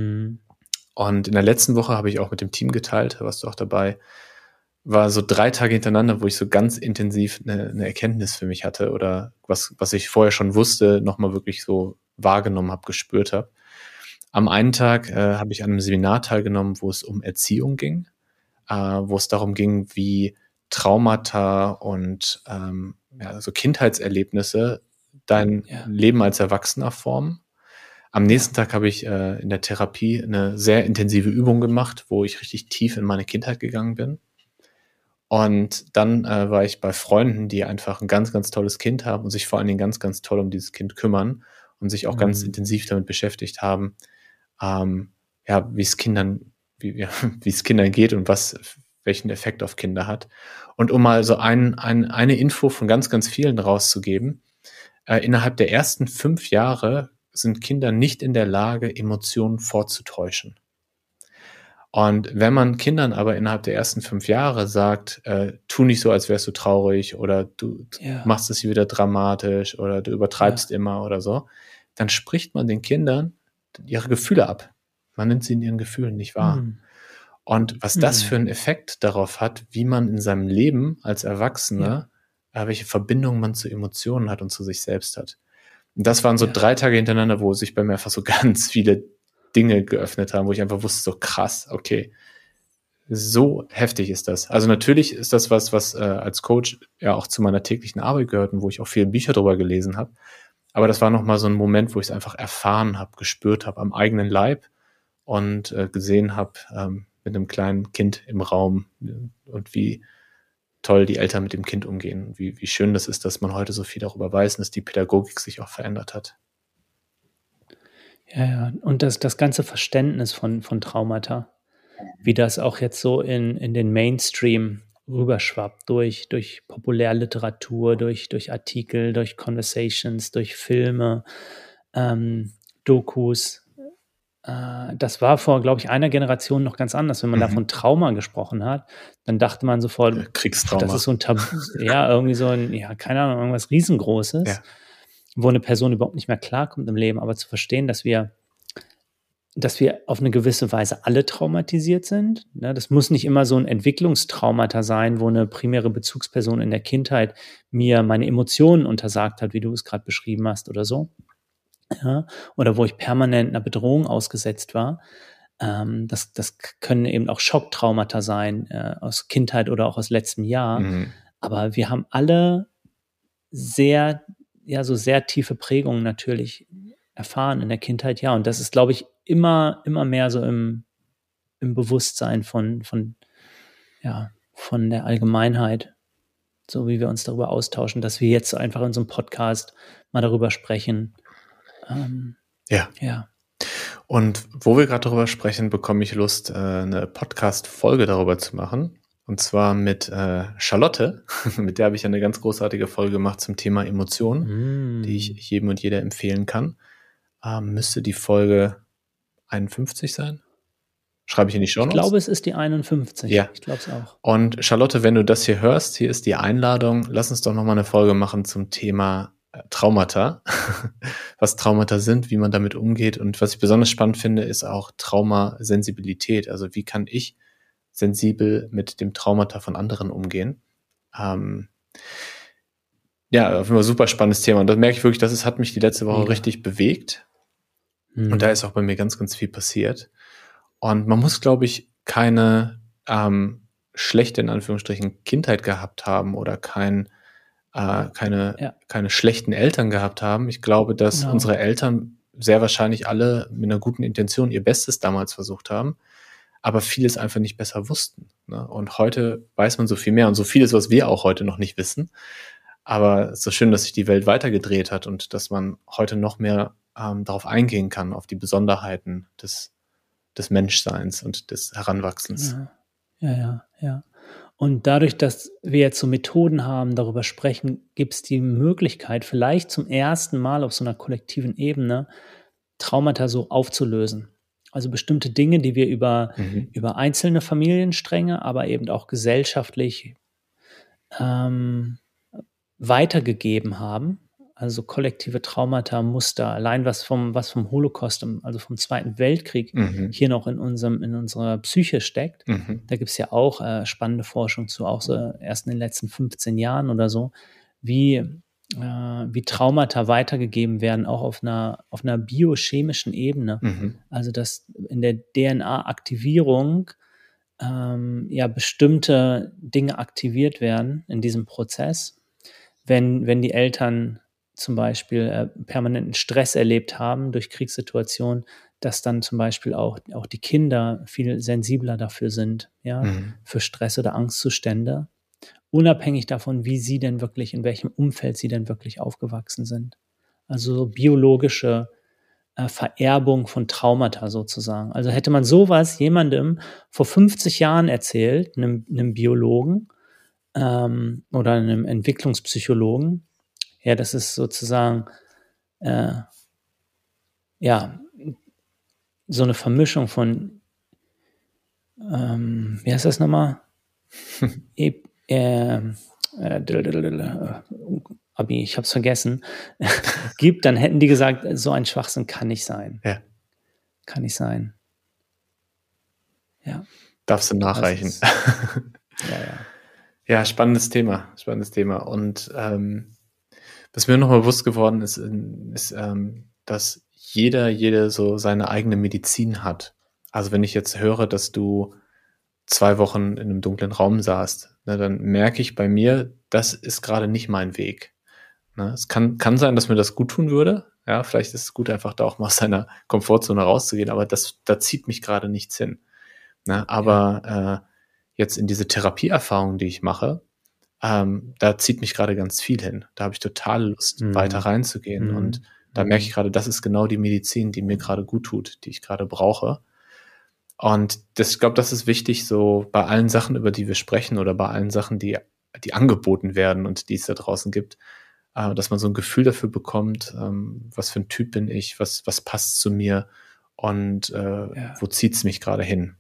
Und in der letzten Woche habe ich auch mit dem Team geteilt, da warst du auch dabei, war so 3 Tage hintereinander, wo ich so ganz intensiv eine Erkenntnis für mich hatte oder was ich vorher schon wusste, nochmal wirklich so wahrgenommen habe, gespürt habe. Am einen Tag habe ich an einem Seminar teilgenommen, wo es um Erziehung ging, wo es darum ging, wie Traumata und so Kindheitserlebnisse dein Leben als Erwachsener formen. Am nächsten Tag habe ich in der Therapie eine sehr intensive Übung gemacht, wo ich richtig tief in meine Kindheit gegangen bin. Und dann war ich bei Freunden, die einfach ein ganz, ganz tolles Kind haben und sich vor allen Dingen ganz, ganz toll um dieses Kind kümmern und sich auch ganz intensiv damit beschäftigt haben, wie es Kindern geht und welchen Effekt auf Kinder hat. Und um mal so eine Info von ganz, ganz vielen rauszugeben, innerhalb der ersten 5 Jahre sind Kinder nicht in der Lage, Emotionen vorzutäuschen. Und wenn man Kindern aber innerhalb der ersten 5 Jahre sagt, tu nicht so, als wärst du traurig oder du machst es wieder dramatisch oder du übertreibst immer oder so, dann spricht man den Kindern ihre Gefühle ab. Man nimmt sie in ihren Gefühlen nicht wahr. Und was das für einen Effekt darauf hat, wie man in seinem Leben als Erwachsener, welche Verbindung man zu Emotionen hat und zu sich selbst hat. Und das waren so 3 Tage hintereinander, wo sich bei mir einfach so ganz viele Dinge geöffnet haben, wo ich einfach wusste, so krass, okay, so heftig ist das. Also natürlich ist das was als Coach ja auch zu meiner täglichen Arbeit gehört und wo ich auch viele Bücher drüber gelesen habe. Aber das war nochmal so ein Moment, wo ich es einfach erfahren habe, gespürt habe am eigenen Leib und gesehen habe mit einem kleinen Kind im Raum und wie toll die Eltern mit dem Kind umgehen. Wie schön das ist, dass man heute so viel darüber weiß und dass die Pädagogik sich auch verändert hat. Ja, und das ganze Verständnis von Traumata, wie das auch jetzt so in den Mainstream rüberschwappt, durch Populärliteratur, durch Artikel, durch Conversations, durch Filme, Dokus. Das war vor, glaube ich, einer Generation noch ganz anders. Wenn man da von Trauma gesprochen hat, dann dachte man sofort, Kriegstrauma. Das ist so ein Tabu, irgendwie so ein, keine Ahnung, irgendwas Riesengroßes, wo eine Person überhaupt nicht mehr klarkommt im Leben. Aber zu verstehen, dass wir auf eine gewisse Weise alle traumatisiert sind. Ne? Das muss nicht immer so ein Entwicklungstraumata sein, wo eine primäre Bezugsperson in der Kindheit mir meine Emotionen untersagt hat, wie du es gerade beschrieben hast oder so. Ja? Oder wo ich permanent einer Bedrohung ausgesetzt war. Das können eben auch Schocktraumata sein, aus Kindheit oder auch aus letztem Jahr. Aber wir haben alle sehr tiefe Prägungen natürlich erfahren in der Kindheit, und das ist, glaube ich, immer mehr so im Bewusstsein von der Allgemeinheit, so wie wir uns darüber austauschen, dass wir jetzt einfach in so einem Podcast mal darüber sprechen. Und wo wir gerade darüber sprechen, bekomme ich Lust, eine Podcast-Folge darüber zu machen. Und zwar mit Charlotte, mit der habe ich eine ganz großartige Folge gemacht zum Thema Emotionen, die ich jedem und jeder empfehlen kann. Müsste die Folge 51 sein? Schreibe ich in die Shownotes? Ich glaube, es ist die 51. Ja. Ich glaube es auch. Und Charlotte, wenn du das hier hörst, hier ist die Einladung. Lass uns doch nochmal eine Folge machen zum Thema Traumata. Was Traumata sind, wie man damit umgeht. Und was ich besonders spannend finde, ist auch Traumasensibilität. Also wie kann ich sensibel mit dem Traumata von anderen umgehen? Ja, auf jeden Fall super spannendes Thema. Und da merke ich wirklich, das hat mich die letzte Woche richtig bewegt. Und da ist auch bei mir ganz, ganz viel passiert. Und man muss, glaube ich, keine schlechte, in Anführungsstrichen, Kindheit gehabt haben oder keine schlechten Eltern gehabt haben. Ich glaube, dass unsere Eltern sehr wahrscheinlich alle mit einer guten Intention ihr Bestes damals versucht haben, aber vieles einfach nicht besser wussten. Ne? Und heute weiß man so viel mehr und so vieles, was wir auch heute noch nicht wissen. Aber es ist so schön, dass sich die Welt weitergedreht hat und dass man heute noch mehr darauf eingehen kann, auf die Besonderheiten des Menschseins und des Heranwachsens. Ja. Und dadurch, dass wir jetzt so Methoden haben, darüber sprechen, gibt es die Möglichkeit, vielleicht zum ersten Mal auf so einer kollektiven Ebene Traumata so aufzulösen. Also bestimmte Dinge, die wir über einzelne Familienstränge, aber eben auch gesellschaftlich weitergegeben haben. Also kollektive Traumata, Muster, allein was vom Holocaust, also vom Zweiten Weltkrieg hier noch in unserer Psyche steckt. Da gibt es ja auch spannende Forschung zu, auch so erst in den letzten 15 Jahren oder so, wie Traumata weitergegeben werden, auch auf einer biochemischen Ebene. Also dass in der DNA-Aktivierung bestimmte Dinge aktiviert werden in diesem Prozess, wenn die Eltern zum Beispiel permanenten Stress erlebt haben durch Kriegssituationen, dass dann zum Beispiel auch die Kinder viel sensibler dafür sind, für Stress oder Angstzustände, unabhängig davon, wie sie denn wirklich, in welchem Umfeld sie denn wirklich aufgewachsen sind. Also so biologische Vererbung von Traumata sozusagen. Also hätte man sowas jemandem vor 50 Jahren erzählt, einem Biologen oder einem Entwicklungspsychologen, ja, das ist sozusagen so eine Vermischung von wie heißt das nochmal? Abi, ich hab's vergessen, gibt, dann hätten die gesagt, so ein Schwachsinn kann nicht sein. Ja. Kann nicht sein. Ja. Darfst du nachreichen. Ja, spannendes Thema. Und was mir nochmal bewusst geworden ist, dass jede so seine eigene Medizin hat. Also wenn ich jetzt höre, dass du 2 Wochen in einem dunklen Raum saßt, ne, dann merke ich bei mir, das ist gerade nicht mein Weg. Ne, es kann sein, dass mir das gut tun würde. Ja, vielleicht ist es gut, einfach da auch mal aus seiner Komfortzone rauszugehen, aber da zieht mich gerade nichts hin. Ne, aber jetzt in diese Therapieerfahrung, die ich mache, da zieht mich gerade ganz viel hin. Da habe ich total Lust, weiter reinzugehen. Und da merke ich gerade, das ist genau die Medizin, die mir gerade gut tut, die ich gerade brauche. Und ich glaube, das ist wichtig, so bei allen Sachen, über die wir sprechen oder bei allen Sachen, die angeboten werden und die es da draußen gibt, dass man so ein Gefühl dafür bekommt, was für ein Typ bin ich, was passt zu mir und wo zieht es mich gerade hin.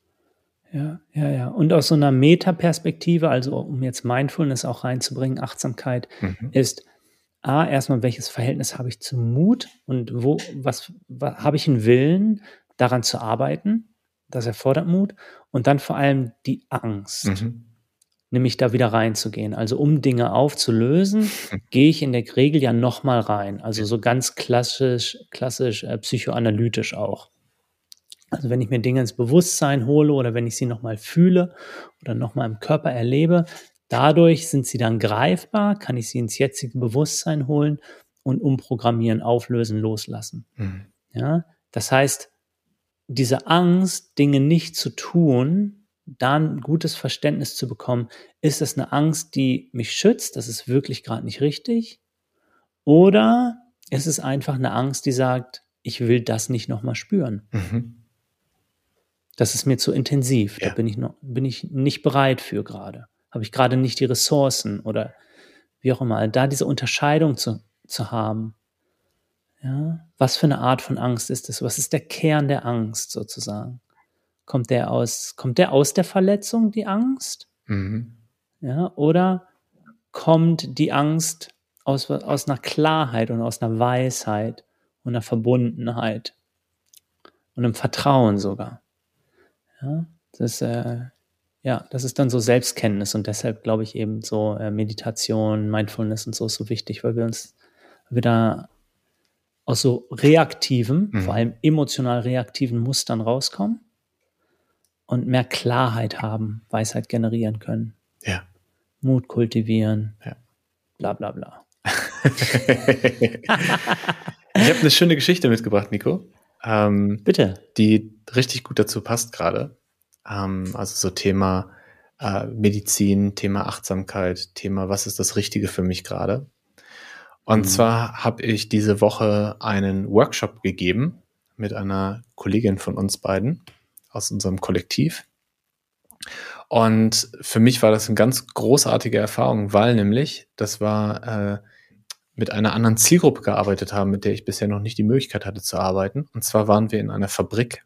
Ja. Und aus so einer Metaperspektive, also um jetzt Mindfulness auch reinzubringen, Achtsamkeit, ist erstmal, welches Verhältnis habe ich zum Mut und was habe ich einen Willen, daran zu arbeiten? Das erfordert Mut. Und dann vor allem die Angst, nämlich da wieder reinzugehen. Also um Dinge aufzulösen, gehe ich in der Regel ja nochmal rein. Also so ganz klassisch psychoanalytisch auch. Also wenn ich mir Dinge ins Bewusstsein hole oder wenn ich sie nochmal fühle oder nochmal im Körper erlebe, dadurch sind sie dann greifbar, kann ich sie ins jetzige Bewusstsein holen und umprogrammieren, auflösen, loslassen. Ja, das heißt, diese Angst, Dinge nicht zu tun, da ein gutes Verständnis zu bekommen, ist das eine Angst, die mich schützt, das ist wirklich gerade nicht richtig? Oder ist es einfach eine Angst, die sagt, ich will das nicht nochmal spüren? Das ist mir zu intensiv, da bin ich nicht bereit für gerade. Habe ich gerade nicht die Ressourcen oder wie auch immer. Da diese Unterscheidung zu haben. Ja, was für eine Art von Angst ist es? Was ist der Kern der Angst sozusagen? Kommt der aus der Verletzung, die Angst? Ja, oder kommt die Angst aus einer Klarheit und aus einer Weisheit und einer Verbundenheit und einem Vertrauen sogar? Ja, das ist dann so Selbstkenntnis und deshalb glaube ich eben so Meditation, Mindfulness und so ist so wichtig, weil wir da aus so reaktiven, vor allem emotional reaktiven Mustern rauskommen und mehr Klarheit haben, Weisheit generieren können. Ja. Mut kultivieren. Ja. Bla bla bla. Ich habe eine schöne Geschichte mitgebracht, Nico. Bitte. Die richtig gut dazu passt gerade. Also so Thema Medizin, Thema Achtsamkeit, Thema, was ist das Richtige für mich gerade? Und zwar habe ich diese Woche einen Workshop gegeben mit einer Kollegin von uns beiden aus unserem Kollektiv. Und für mich war das eine ganz großartige Erfahrung, weil nämlich, das war mit einer anderen Zielgruppe gearbeitet haben, mit der ich bisher noch nicht die Möglichkeit hatte zu arbeiten. Und zwar waren wir in einer Fabrik.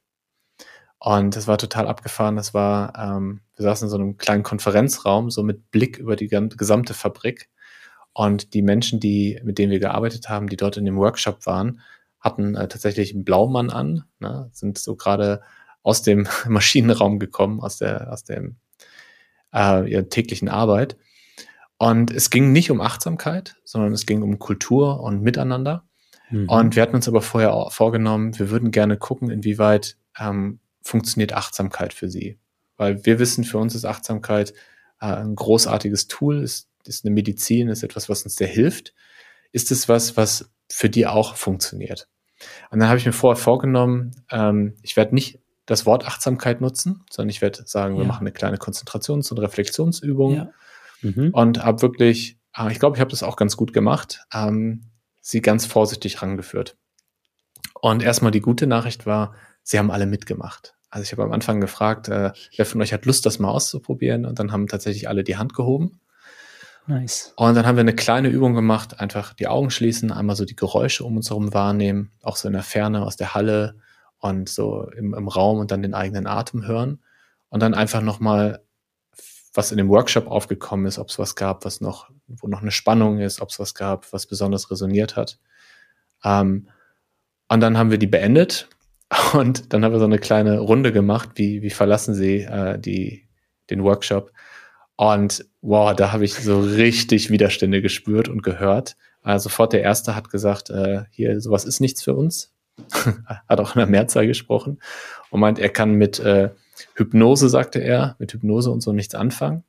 Und das war total abgefahren. Das war, wir saßen in so einem kleinen Konferenzraum, so mit Blick über die gesamte Fabrik. Und die Menschen, mit denen wir gearbeitet haben, die dort in dem Workshop waren, hatten tatsächlich einen Blaumann an, ne? Sind so gerade aus dem Maschinenraum gekommen, aus dem ihrer täglichen Arbeit. Und es ging nicht um Achtsamkeit, sondern es ging um Kultur und Miteinander. Und wir hatten uns aber vorher auch vorgenommen, wir würden gerne gucken, inwieweit funktioniert Achtsamkeit für sie. Weil wir wissen, für uns ist Achtsamkeit ein großartiges Tool, ist eine Medizin, ist etwas, was uns sehr hilft. Ist es was für die auch funktioniert? Und dann habe ich mir vorher vorgenommen, ich werde nicht das Wort Achtsamkeit nutzen, sondern ich werde sagen, wir machen eine kleine Konzentrations- und Reflexionsübung. Ja. Und habe wirklich, ich glaube, ich habe das auch ganz gut gemacht, sie ganz vorsichtig rangeführt. Und erstmal die gute Nachricht war, sie haben alle mitgemacht. Also ich habe am Anfang gefragt, wer von euch hat Lust, das mal auszuprobieren? Und dann haben tatsächlich alle die Hand gehoben. Nice. Und dann haben wir eine kleine Übung gemacht, einfach die Augen schließen, einmal so die Geräusche um uns herum wahrnehmen, auch so in der Ferne aus der Halle und so im Raum und dann den eigenen Atem hören. Und dann einfach nochmal, was in dem Workshop aufgekommen ist, ob es was gab, wo noch eine Spannung ist, ob es was gab, was besonders resoniert hat. Und dann haben wir die beendet und dann haben wir so eine kleine Runde gemacht, wie verlassen Sie den Workshop. Und wow, da habe ich so richtig Widerstände gespürt und gehört. Sofort der Erste hat gesagt, hier, sowas ist nichts für uns. Hat auch in der Mehrzahl gesprochen und meint, er kann mit Hypnose, sagte er, mit Hypnose und so nichts anfangen.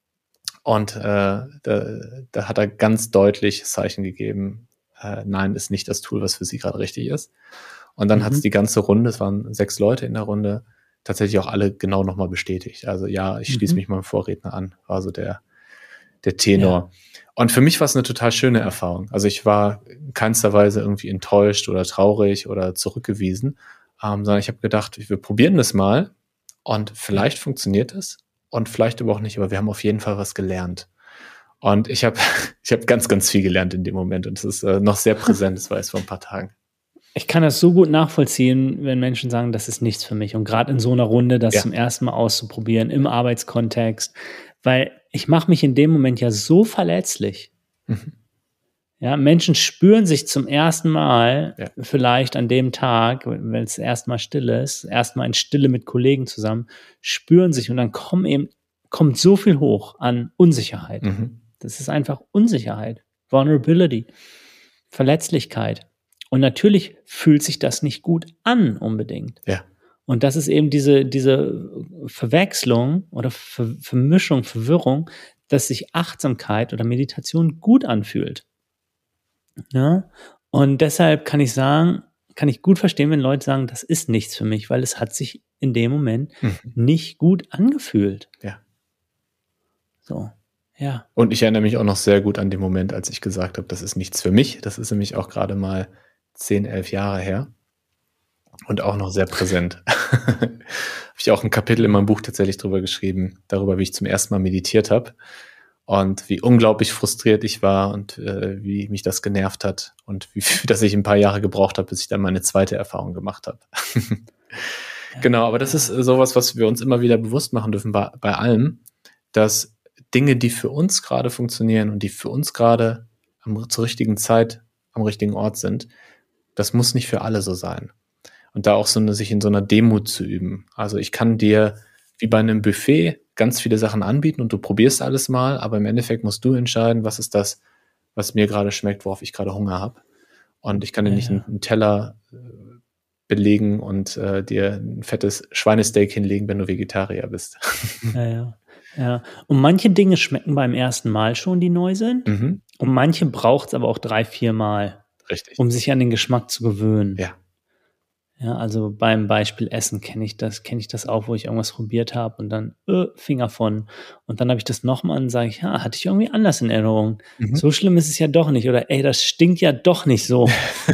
Und da hat er ganz deutlich Zeichen gegeben, nein, ist nicht das Tool, was für sie gerade richtig ist. Und dann hat es die ganze Runde, es waren 6 Leute in der Runde, tatsächlich auch alle genau nochmal bestätigt. Also ja, ich schließe mich meinem Vorredner an, war so der Tenor. Ja. Und für mich war es eine total schöne Erfahrung. Also ich war in keinster Weise irgendwie enttäuscht oder traurig oder zurückgewiesen, sondern ich habe gedacht, wir probieren das mal und vielleicht funktioniert es und vielleicht aber auch nicht, aber wir haben auf jeden Fall was gelernt. Und ich habe ganz, ganz viel gelernt in dem Moment und es ist noch sehr präsent, das war erst vor ein paar Tagen. Ich kann das so gut nachvollziehen, wenn Menschen sagen, das ist nichts für mich. Und gerade in so einer Runde, das zum ersten Mal auszuprobieren, im Arbeitskontext. Weil ich mache mich in dem Moment ja so verletzlich. Ja, Menschen spüren sich zum ersten Mal, vielleicht an dem Tag, wenn es erstmal still ist, erstmal in Stille mit Kollegen zusammen, spüren sich und dann kommt so viel hoch an Unsicherheit. Das ist einfach Unsicherheit, Vulnerability, Verletzlichkeit. Und natürlich fühlt sich das nicht gut an unbedingt. Ja. Und das ist eben diese Verwechslung oder Vermischung, Verwirrung, dass sich Achtsamkeit oder Meditation gut anfühlt. Ja? Und deshalb kann ich gut verstehen, wenn Leute sagen, das ist nichts für mich, weil es hat sich in dem Moment nicht gut angefühlt. Ja. So, ja. Und ich erinnere mich auch noch sehr gut an den Moment, als ich gesagt habe, das ist nichts für mich. Das ist nämlich auch gerade mal 10, 11 Jahre her und auch noch sehr präsent. Habe ich auch ein Kapitel in meinem Buch tatsächlich drüber geschrieben, darüber, wie ich zum ersten Mal meditiert habe und wie unglaublich frustriert ich war und wie mich das genervt hat und dass ich ein paar Jahre gebraucht habe, bis ich dann meine zweite Erfahrung gemacht habe. Genau, aber das ist sowas, was wir uns immer wieder bewusst machen dürfen bei allem, dass Dinge, die für uns gerade funktionieren und die für uns gerade zur richtigen Zeit am richtigen Ort sind, das muss nicht für alle so sein. Und da auch sich in so einer Demut zu üben. Also ich kann dir wie bei einem Buffet ganz viele Sachen anbieten und du probierst alles mal, aber im Endeffekt musst du entscheiden, was ist das, was mir gerade schmeckt, worauf ich gerade Hunger habe. Und ich kann dir nicht einen Teller belegen und dir ein fettes Schweinesteak hinlegen, wenn du Vegetarier bist. Ja. Und manche Dinge schmecken beim ersten Mal schon, die neu sind. Mhm. Und manche braucht es aber auch 3-4 Mal, richtig, um sich an den Geschmack zu gewöhnen. Ja. Ja, also beim Beispiel Essen kenne ich das auch, wo ich irgendwas probiert habe und dann Finger von. Und dann habe ich das nochmal und sage ich, hatte ich irgendwie anders in Erinnerung. Mhm. So schlimm ist es ja doch nicht. Oder das stinkt ja doch nicht so.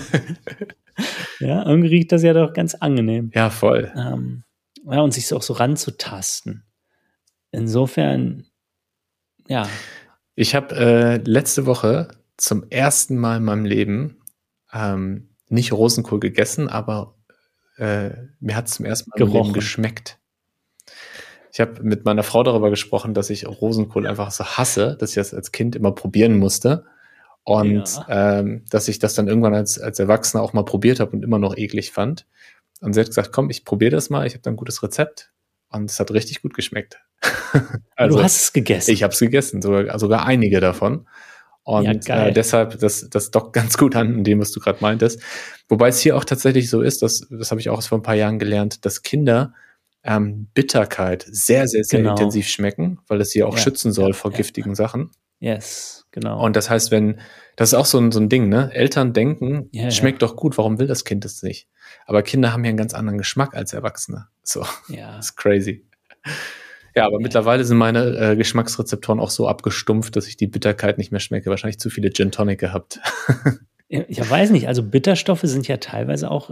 Ja, irgendwie riecht das ja doch ganz angenehm. Ja, voll. Und sich auch so ranzutasten. Insofern, ja. Ich habe letzte Woche zum ersten Mal in meinem Leben nicht Rosenkohl gegessen, aber mir hat es zum ersten Mal im Leben geschmeckt. Ich habe mit meiner Frau darüber gesprochen, dass ich Rosenkohl einfach so hasse, dass ich das als Kind immer probieren musste. Und dass ich das dann irgendwann als Erwachsener auch mal probiert habe und immer noch eklig fand. Und sie hat gesagt, komm, ich probiere das mal, ich habe da ein gutes Rezept. Und es hat richtig gut geschmeckt. Also, du hast es gegessen? Ich habe es gegessen, sogar einige davon. Und deshalb, das dockt ganz gut an dem, was du gerade meintest. Wobei es hier auch tatsächlich so ist, das habe ich auch vor ein paar Jahren gelernt, dass Kinder Bitterkeit sehr, sehr, sehr intensiv schmecken, weil es sie auch schützen soll vor giftigen Sachen. Yes, genau. Und das heißt, das ist auch so ein Ding, ne? Eltern denken, schmeckt doch gut, warum will das Kind es nicht? Aber Kinder haben ja einen ganz anderen Geschmack als Erwachsene. So, das ist crazy. Ja, aber mittlerweile sind meine Geschmacksrezeptoren auch so abgestumpft, dass ich die Bitterkeit nicht mehr schmecke. Wahrscheinlich zu viele Gin Tonic gehabt. Ich weiß nicht, also Bitterstoffe sind ja teilweise auch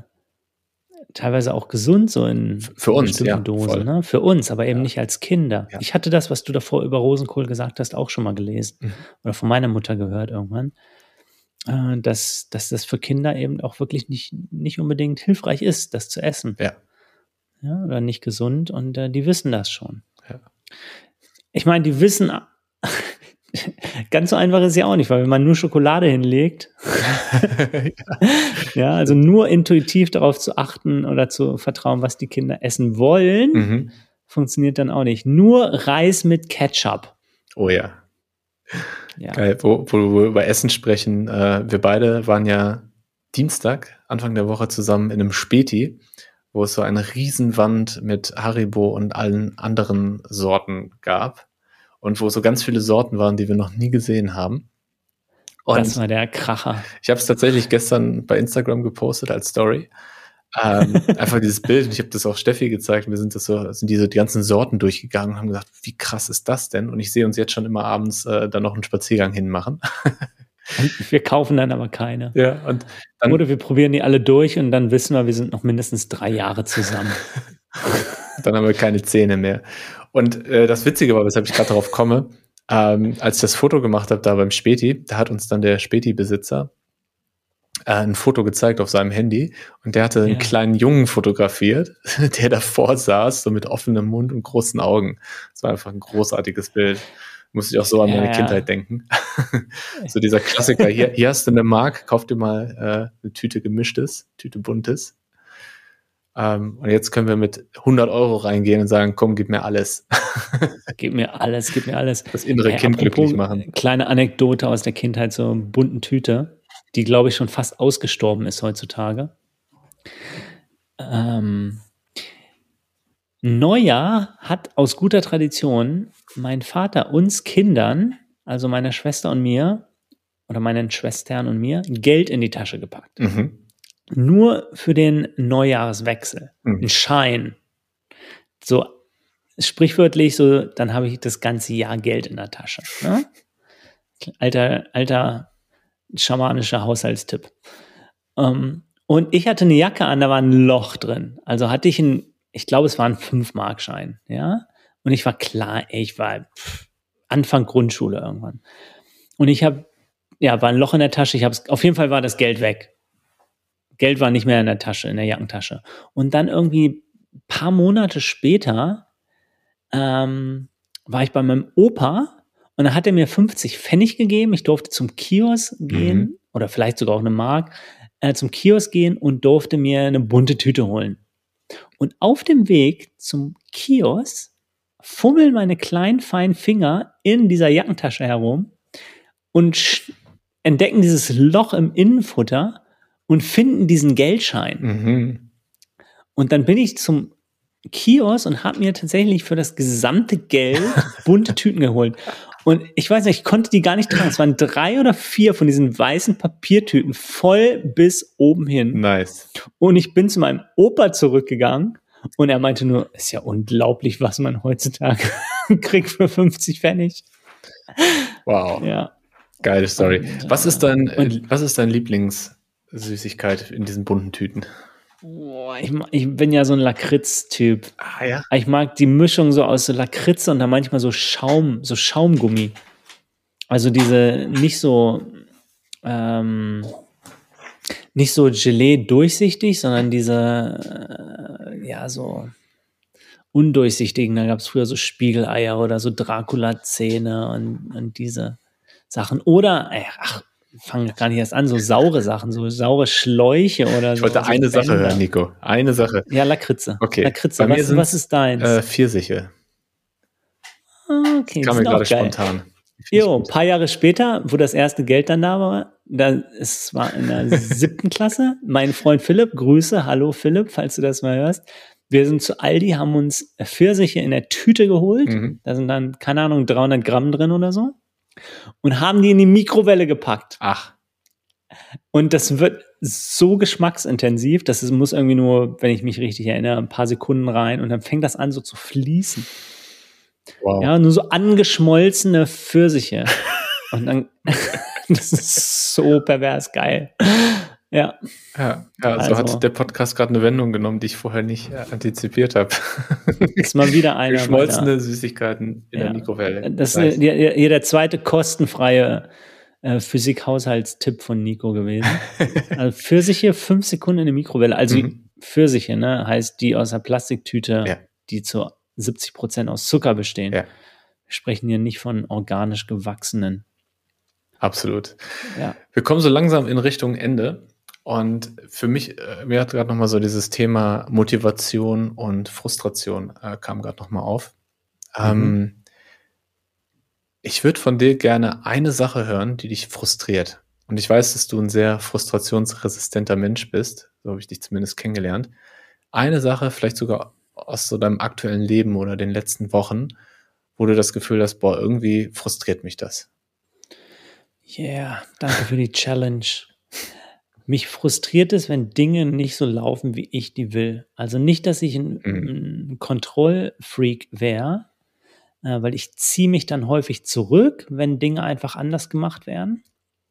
gesund, so in für uns, bestimmten Dosen, ne? Für uns, aber eben nicht als Kinder. Ja. Ich hatte das, was du davor über Rosenkohl gesagt hast, auch schon mal gelesen oder von meiner Mutter gehört irgendwann, dass das für Kinder eben auch wirklich nicht unbedingt hilfreich ist, das zu essen. Ja, oder nicht gesund und die wissen das schon. Ja. Ich meine, die wissen, ganz so einfach ist es ja auch nicht, weil wenn man nur Schokolade hinlegt, also nur intuitiv darauf zu achten oder zu vertrauen, was die Kinder essen wollen, funktioniert dann auch nicht. Nur Reis mit Ketchup. Oh ja. Geil, wo wir über Essen sprechen. Wir beide waren ja Dienstag, Anfang der Woche zusammen in einem Späti, wo es so eine Riesenwand mit Haribo und allen anderen Sorten gab. Und wo so ganz viele Sorten waren, die wir noch nie gesehen haben. Und das war der Kracher. Ich habe es tatsächlich gestern bei Instagram gepostet als Story. Einfach dieses Bild. Und ich habe das auch Steffi gezeigt. Wir sind die ganzen Sorten durchgegangen und haben gesagt, wie krass ist das denn? Und ich sehe uns jetzt schon immer abends da noch einen Spaziergang hinmachen. Und wir kaufen dann aber keine. Ja, und dann, oder wir probieren die alle durch und dann wissen wir sind noch mindestens 3 Jahre zusammen. Dann haben wir keine Zähne mehr. Und das Witzige war, weshalb ich gerade darauf komme, als ich das Foto gemacht habe da beim Späti, da hat uns dann der Späti-Besitzer ein Foto gezeigt auf seinem Handy und der hatte einen kleinen Jungen fotografiert, der davor saß, so mit offenem Mund und großen Augen. Das war einfach ein großartiges Bild. Musste ich auch so an meine Kindheit denken. So dieser Klassiker, hier hast du eine Mark, kauf dir mal eine Tüte Gemischtes, Tüte Buntes. Und jetzt können wir mit 100 € reingehen und sagen, komm, gib mir alles. Gib mir alles. Das innere Kind glücklich machen. Kleine Anekdote aus der Kindheit, so einer bunten Tüte, die, glaube ich, schon fast ausgestorben ist heutzutage. Neujahr hat aus guter Tradition mein Vater uns Kindern, also meiner Schwester und mir, oder meinen Schwestern und mir, Geld in die Tasche gepackt. Nur für den Neujahrswechsel. Ein Schein. So sprichwörtlich, so, dann habe ich das ganze Jahr Geld in der Tasche. Ne? Alter schamanischer Haushaltstipp. Und ich hatte eine Jacke an, da war ein Loch drin. Also hatte ich ich glaube, es war ein 5-Mark-Schein. Ja? Und ich war klar, ich war Anfang Grundschule irgendwann. Und ich war ein Loch in der Tasche. Auf jeden Fall war das Geld weg. Geld war nicht mehr in der Tasche, in der Jackentasche. Und dann irgendwie paar Monate später war ich bei meinem Opa und da hat er mir 50 Pfennig gegeben. Ich durfte zum Kiosk gehen oder vielleicht sogar auch eine Mark, zum Kiosk gehen und durfte mir eine bunte Tüte holen. Und auf dem Weg zum Kiosk fummeln meine kleinen, feinen Finger in dieser Jackentasche herum und entdecken dieses Loch im Innenfutter und finden diesen Geldschein. Und dann bin ich zum Kiosk und habe mir tatsächlich für das gesamte Geld bunte Tüten geholt. Und ich weiß nicht, ich konnte die gar nicht tragen. Es waren 3 oder 4 von diesen weißen Papiertüten voll bis oben hin. Nice. Und ich bin zu meinem Opa zurückgegangen und er meinte nur, ist ja unglaublich, was man heutzutage kriegt für 50 Pfennig. Wow. Ja. Geile Story. Und, was ist dein Lieblingssüßigkeit in diesen bunten Tüten? Ich bin ja so ein Lakritz-Typ. Ah, ja? Ich mag die Mischung so aus so Lakritze und dann manchmal so Schaumgummi. Also diese nicht so Gelee durchsichtig, sondern diese so undurchsichtigen. Da gab es früher so Spiegeleier oder so Dracula-Zähne und diese Sachen. Oder, fange gar nicht erst an, so saure Sachen, so saure Schläuche oder so. Ich wollte eine Sache hören, Nico. Eine Sache. Ja, Lakritze. Okay. Lakritze. Was ist deins? Pfirsiche. Okay. Das kam mir gerade spontan. Ein paar Jahre später, wo das erste Geld dann da war, es war in der 7. Klasse, mein Freund Philipp, Grüße, hallo Philipp, falls du das mal hörst. Wir sind zu Aldi, haben uns Pfirsiche in der Tüte geholt. Da sind dann, keine Ahnung, 300 Gramm drin oder so. Und haben die in die Mikrowelle gepackt. Ach. Und das wird so geschmacksintensiv, dass es muss irgendwie nur, wenn ich mich richtig erinnere, ein paar Sekunden rein und dann fängt das an so zu fließen. Wow. Ja, nur so angeschmolzene Pfirsiche. Und dann, das ist so pervers geil. Ja. Ja, so hat der Podcast gerade eine Wendung genommen, die ich vorher nicht antizipiert habe. Ist mal wieder einer. Geschmolzene Süßigkeiten in der Mikrowelle. Das ist hier der zweite kostenfreie Physik-Haushaltstipp von Nico gewesen. Also Pfirsiche 5 Sekunden in der Mikrowelle. Also Pfirsiche, ne, heißt die aus der Plastiktüte, die zu 70% aus Zucker bestehen. Ja. Wir sprechen hier nicht von organisch gewachsenen. Absolut. Ja. Wir kommen so langsam in Richtung Ende. Und für mich, mir hat gerade nochmal so dieses Thema Motivation und Frustration kam gerade nochmal auf. Ich würde von dir gerne eine Sache hören, die dich frustriert. Und ich weiß, dass du ein sehr frustrationsresistenter Mensch bist. So habe ich dich zumindest kennengelernt. Eine Sache, vielleicht sogar aus so deinem aktuellen Leben oder den letzten Wochen, wo du das Gefühl hast, irgendwie frustriert mich das. Yeah, danke für die Challenge. Mich frustriert es, wenn Dinge nicht so laufen, wie ich die will. Also nicht, dass ich ein Kontrollfreak wäre, weil ich ziehe mich dann häufig zurück, wenn Dinge einfach anders gemacht werden.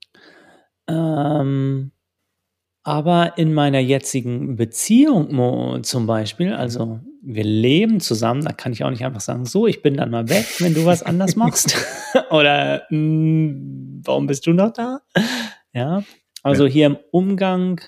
Aber in meiner jetzigen Beziehung zum Beispiel, also wir leben zusammen, da kann ich auch nicht einfach sagen, so, ich bin dann mal weg, wenn du was anders machst. Oder warum bist du noch da? Ja, also hier im Umgang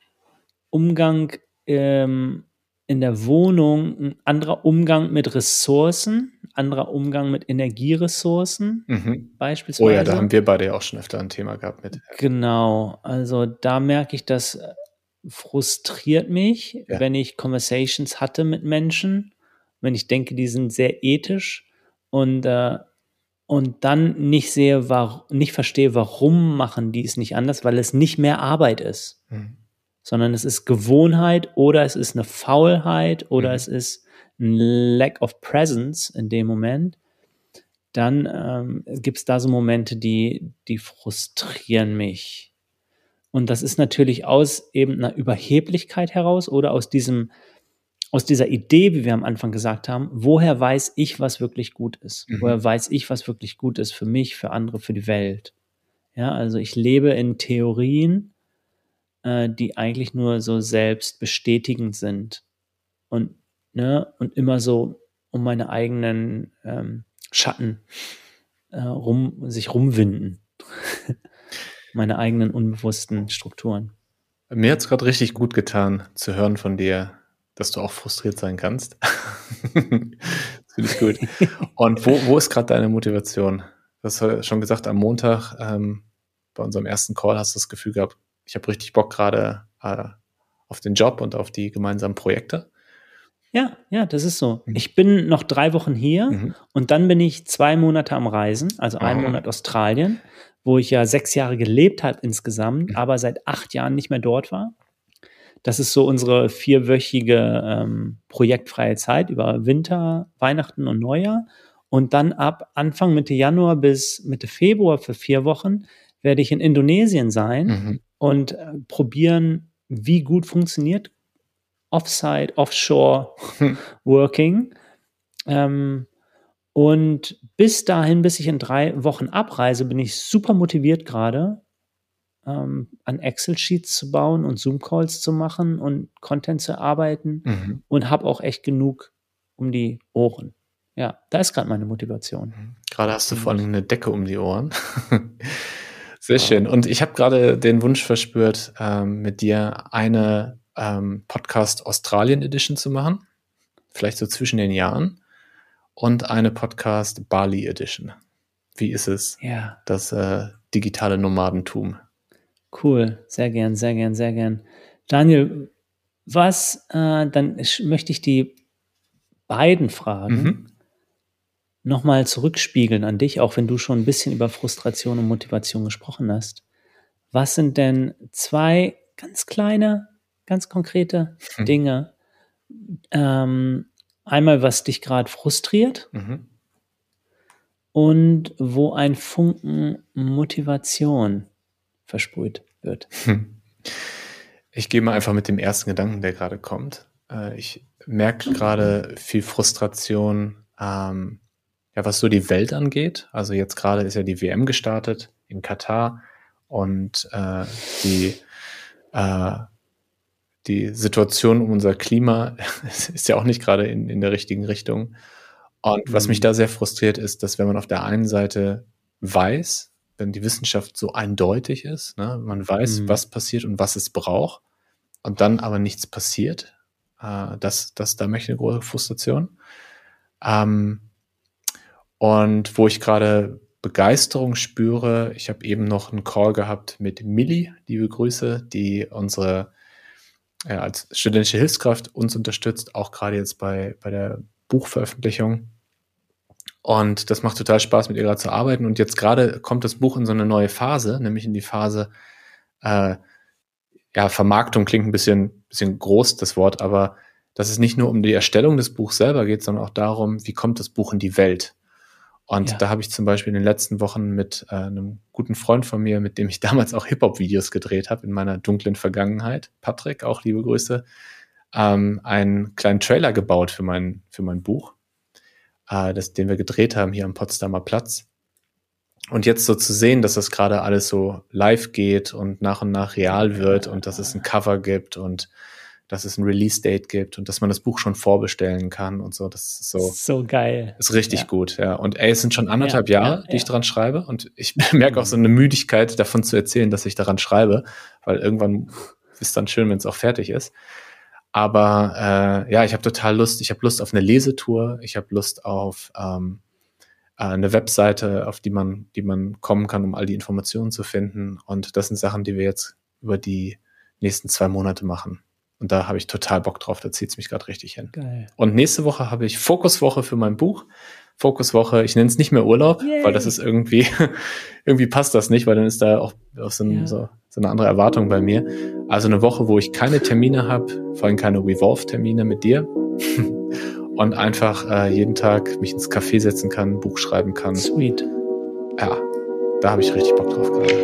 in der Wohnung, ein anderer Umgang mit Ressourcen, anderer Umgang mit Energieressourcen beispielsweise. Oh ja, da haben wir beide ja auch schon öfter ein Thema gehabt mit. Genau, also da merke ich, das frustriert mich, wenn ich Conversations hatte mit Menschen, wenn ich denke, die sind sehr ethisch und dann nicht verstehe, warum machen die es nicht anders, weil es nicht mehr Arbeit ist. Sondern es ist Gewohnheit oder es ist eine Faulheit oder es ist ein Lack of Presence in dem Moment, dann gibt es da so Momente, die frustrieren mich. Und das ist natürlich aus eben einer Überheblichkeit heraus oder aus dieser Idee, wie wir am Anfang gesagt haben, woher weiß ich, was wirklich gut ist? Woher weiß ich, was wirklich gut ist für mich, für andere, für die Welt? Ja, also ich lebe in Theorien, die eigentlich nur so selbstbestätigend sind und immer so um meine eigenen Schatten sich rumwinden. Meine eigenen unbewussten Strukturen. Mir hat es gerade richtig gut getan, zu hören von dir, dass du auch frustriert sein kannst. Das finde ich gut. Und wo ist gerade deine Motivation? Du hast schon gesagt, am Montag bei unserem ersten Call hast du das Gefühl gehabt, ich habe richtig Bock gerade auf den Job und auf die gemeinsamen Projekte. Ja, das ist so. Ich bin noch 3 Wochen hier und dann bin ich 2 Monate am Reisen, also 1 Monat Australien, wo ich ja 6 Jahre gelebt habe insgesamt, aber seit 8 Jahren nicht mehr dort war. Das ist so unsere 4-wöchige projektfreie Zeit über Winter, Weihnachten und Neujahr. Und dann ab Anfang Mitte Januar bis Mitte Februar für 4 Wochen werde ich in Indonesien sein und probieren, wie gut funktioniert Offsite, Offshore Working. Und bis dahin, bis ich in 3 Wochen abreise, bin ich super motiviert gerade, an Excel-Sheets zu bauen und Zoom-Calls zu machen und Content zu erarbeiten und habe auch echt genug um die Ohren. Ja, da ist gerade meine Motivation. Gerade hast du vor allem eine Decke um die Ohren. Sehr schön. Und ich habe gerade den Wunsch verspürt, mit dir eine Podcast Australien Edition zu machen. Vielleicht so zwischen den Jahren. Und eine Podcast Bali Edition. Wie ist es? Ja. Das digitale Nomadentum. Cool. Sehr gern, sehr gern, sehr gern. Daniel, dann möchte ich die beiden Fragen nochmal zurückspiegeln an dich, auch wenn du schon ein bisschen über Frustration und Motivation gesprochen hast. Was sind denn 2 ganz kleine, ganz konkrete Dinge? Einmal, was dich gerade frustriert und wo ein Funken Motivation versprüht wird. Ich gehe mal einfach mit dem ersten Gedanken, der gerade kommt. Ich merke gerade viel Frustration, was so die Welt angeht. Also jetzt gerade ist ja die WM gestartet in Katar und die Situation um unser Klima ist ja auch nicht gerade in der richtigen Richtung. Und was mich da sehr frustriert ist, dass wenn man auf der einen Seite weiß, wenn die Wissenschaft so eindeutig ist, ne, man weiß, was passiert und was es braucht und dann aber nichts passiert, da möchte ich eine große Frustration. Und wo ich gerade Begeisterung spüre, ich habe eben noch einen Call gehabt mit Milli, liebe Grüße, die unsere als studentische Hilfskraft uns unterstützt, auch gerade jetzt bei der Buchveröffentlichung. Und das macht total Spaß, mit ihr gerade zu arbeiten. Und jetzt gerade kommt das Buch in so eine neue Phase, nämlich in die Phase, Vermarktung klingt ein bisschen groß, das Wort, aber dass es nicht nur um die Erstellung des Buchs selber geht, sondern auch darum, wie kommt das Buch in die Welt. Und da habe ich zum Beispiel in den letzten Wochen mit einem guten Freund von mir, mit dem ich damals auch Hip-Hop-Videos gedreht habe in meiner dunklen Vergangenheit, Patrick, auch liebe Grüße, einen kleinen Trailer gebaut für mein Buch, den wir gedreht haben hier am Potsdamer Platz. Und jetzt so zu sehen, dass das gerade alles so live geht und nach real wird und dass es ein Cover gibt und dass es ein Release-Date gibt und dass man das Buch schon vorbestellen kann und so. Das ist so geil. Ist richtig gut, ja. Und es sind schon 1,5 Jahre, die ich dran schreibe. Und ich merke auch so eine Müdigkeit, davon zu erzählen, dass ich daran schreibe, weil irgendwann ist dann schön, wenn es auch fertig ist. Aber ich habe total Lust. Ich habe Lust auf eine Lesetour. Ich habe Lust auf eine Webseite, auf die man kommen kann, um all die Informationen zu finden. Und das sind Sachen, die wir jetzt über die nächsten 2 Monate machen. Und da habe ich total Bock drauf, da zieht es mich gerade richtig hin. Geil. Und nächste Woche habe ich Fokuswoche für mein Buch. Fokuswoche, ich nenne es nicht mehr Urlaub, weil das ist irgendwie passt das nicht, weil dann ist da auch so eine andere Erwartung bei mir. Also eine Woche, wo ich keine Termine habe, vor allem keine Revolve-Termine mit dir und einfach jeden Tag mich ins Café setzen kann, ein Buch schreiben kann. Sweet. Ja, da habe ich richtig Bock drauf gerade.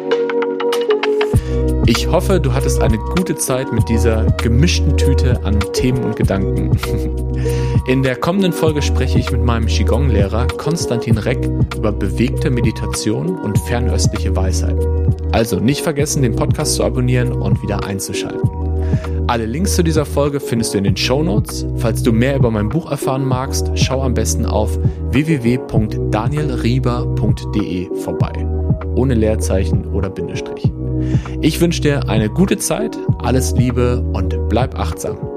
Ich hoffe, du hattest eine gute Zeit mit dieser gemischten Tüte an Themen und Gedanken. In der kommenden Folge spreche ich mit meinem Qigong-Lehrer Konstantin Reck über bewegte Meditation und fernöstliche Weisheiten. Also nicht vergessen, den Podcast zu abonnieren und wieder einzuschalten. Alle Links zu dieser Folge findest du in den Shownotes. Falls du mehr über mein Buch erfahren magst, schau am besten auf www.danielrieber.de vorbei. Ohne Leerzeichen oder Bindestrich. Ich wünsche dir eine gute Zeit, alles Liebe und bleib achtsam.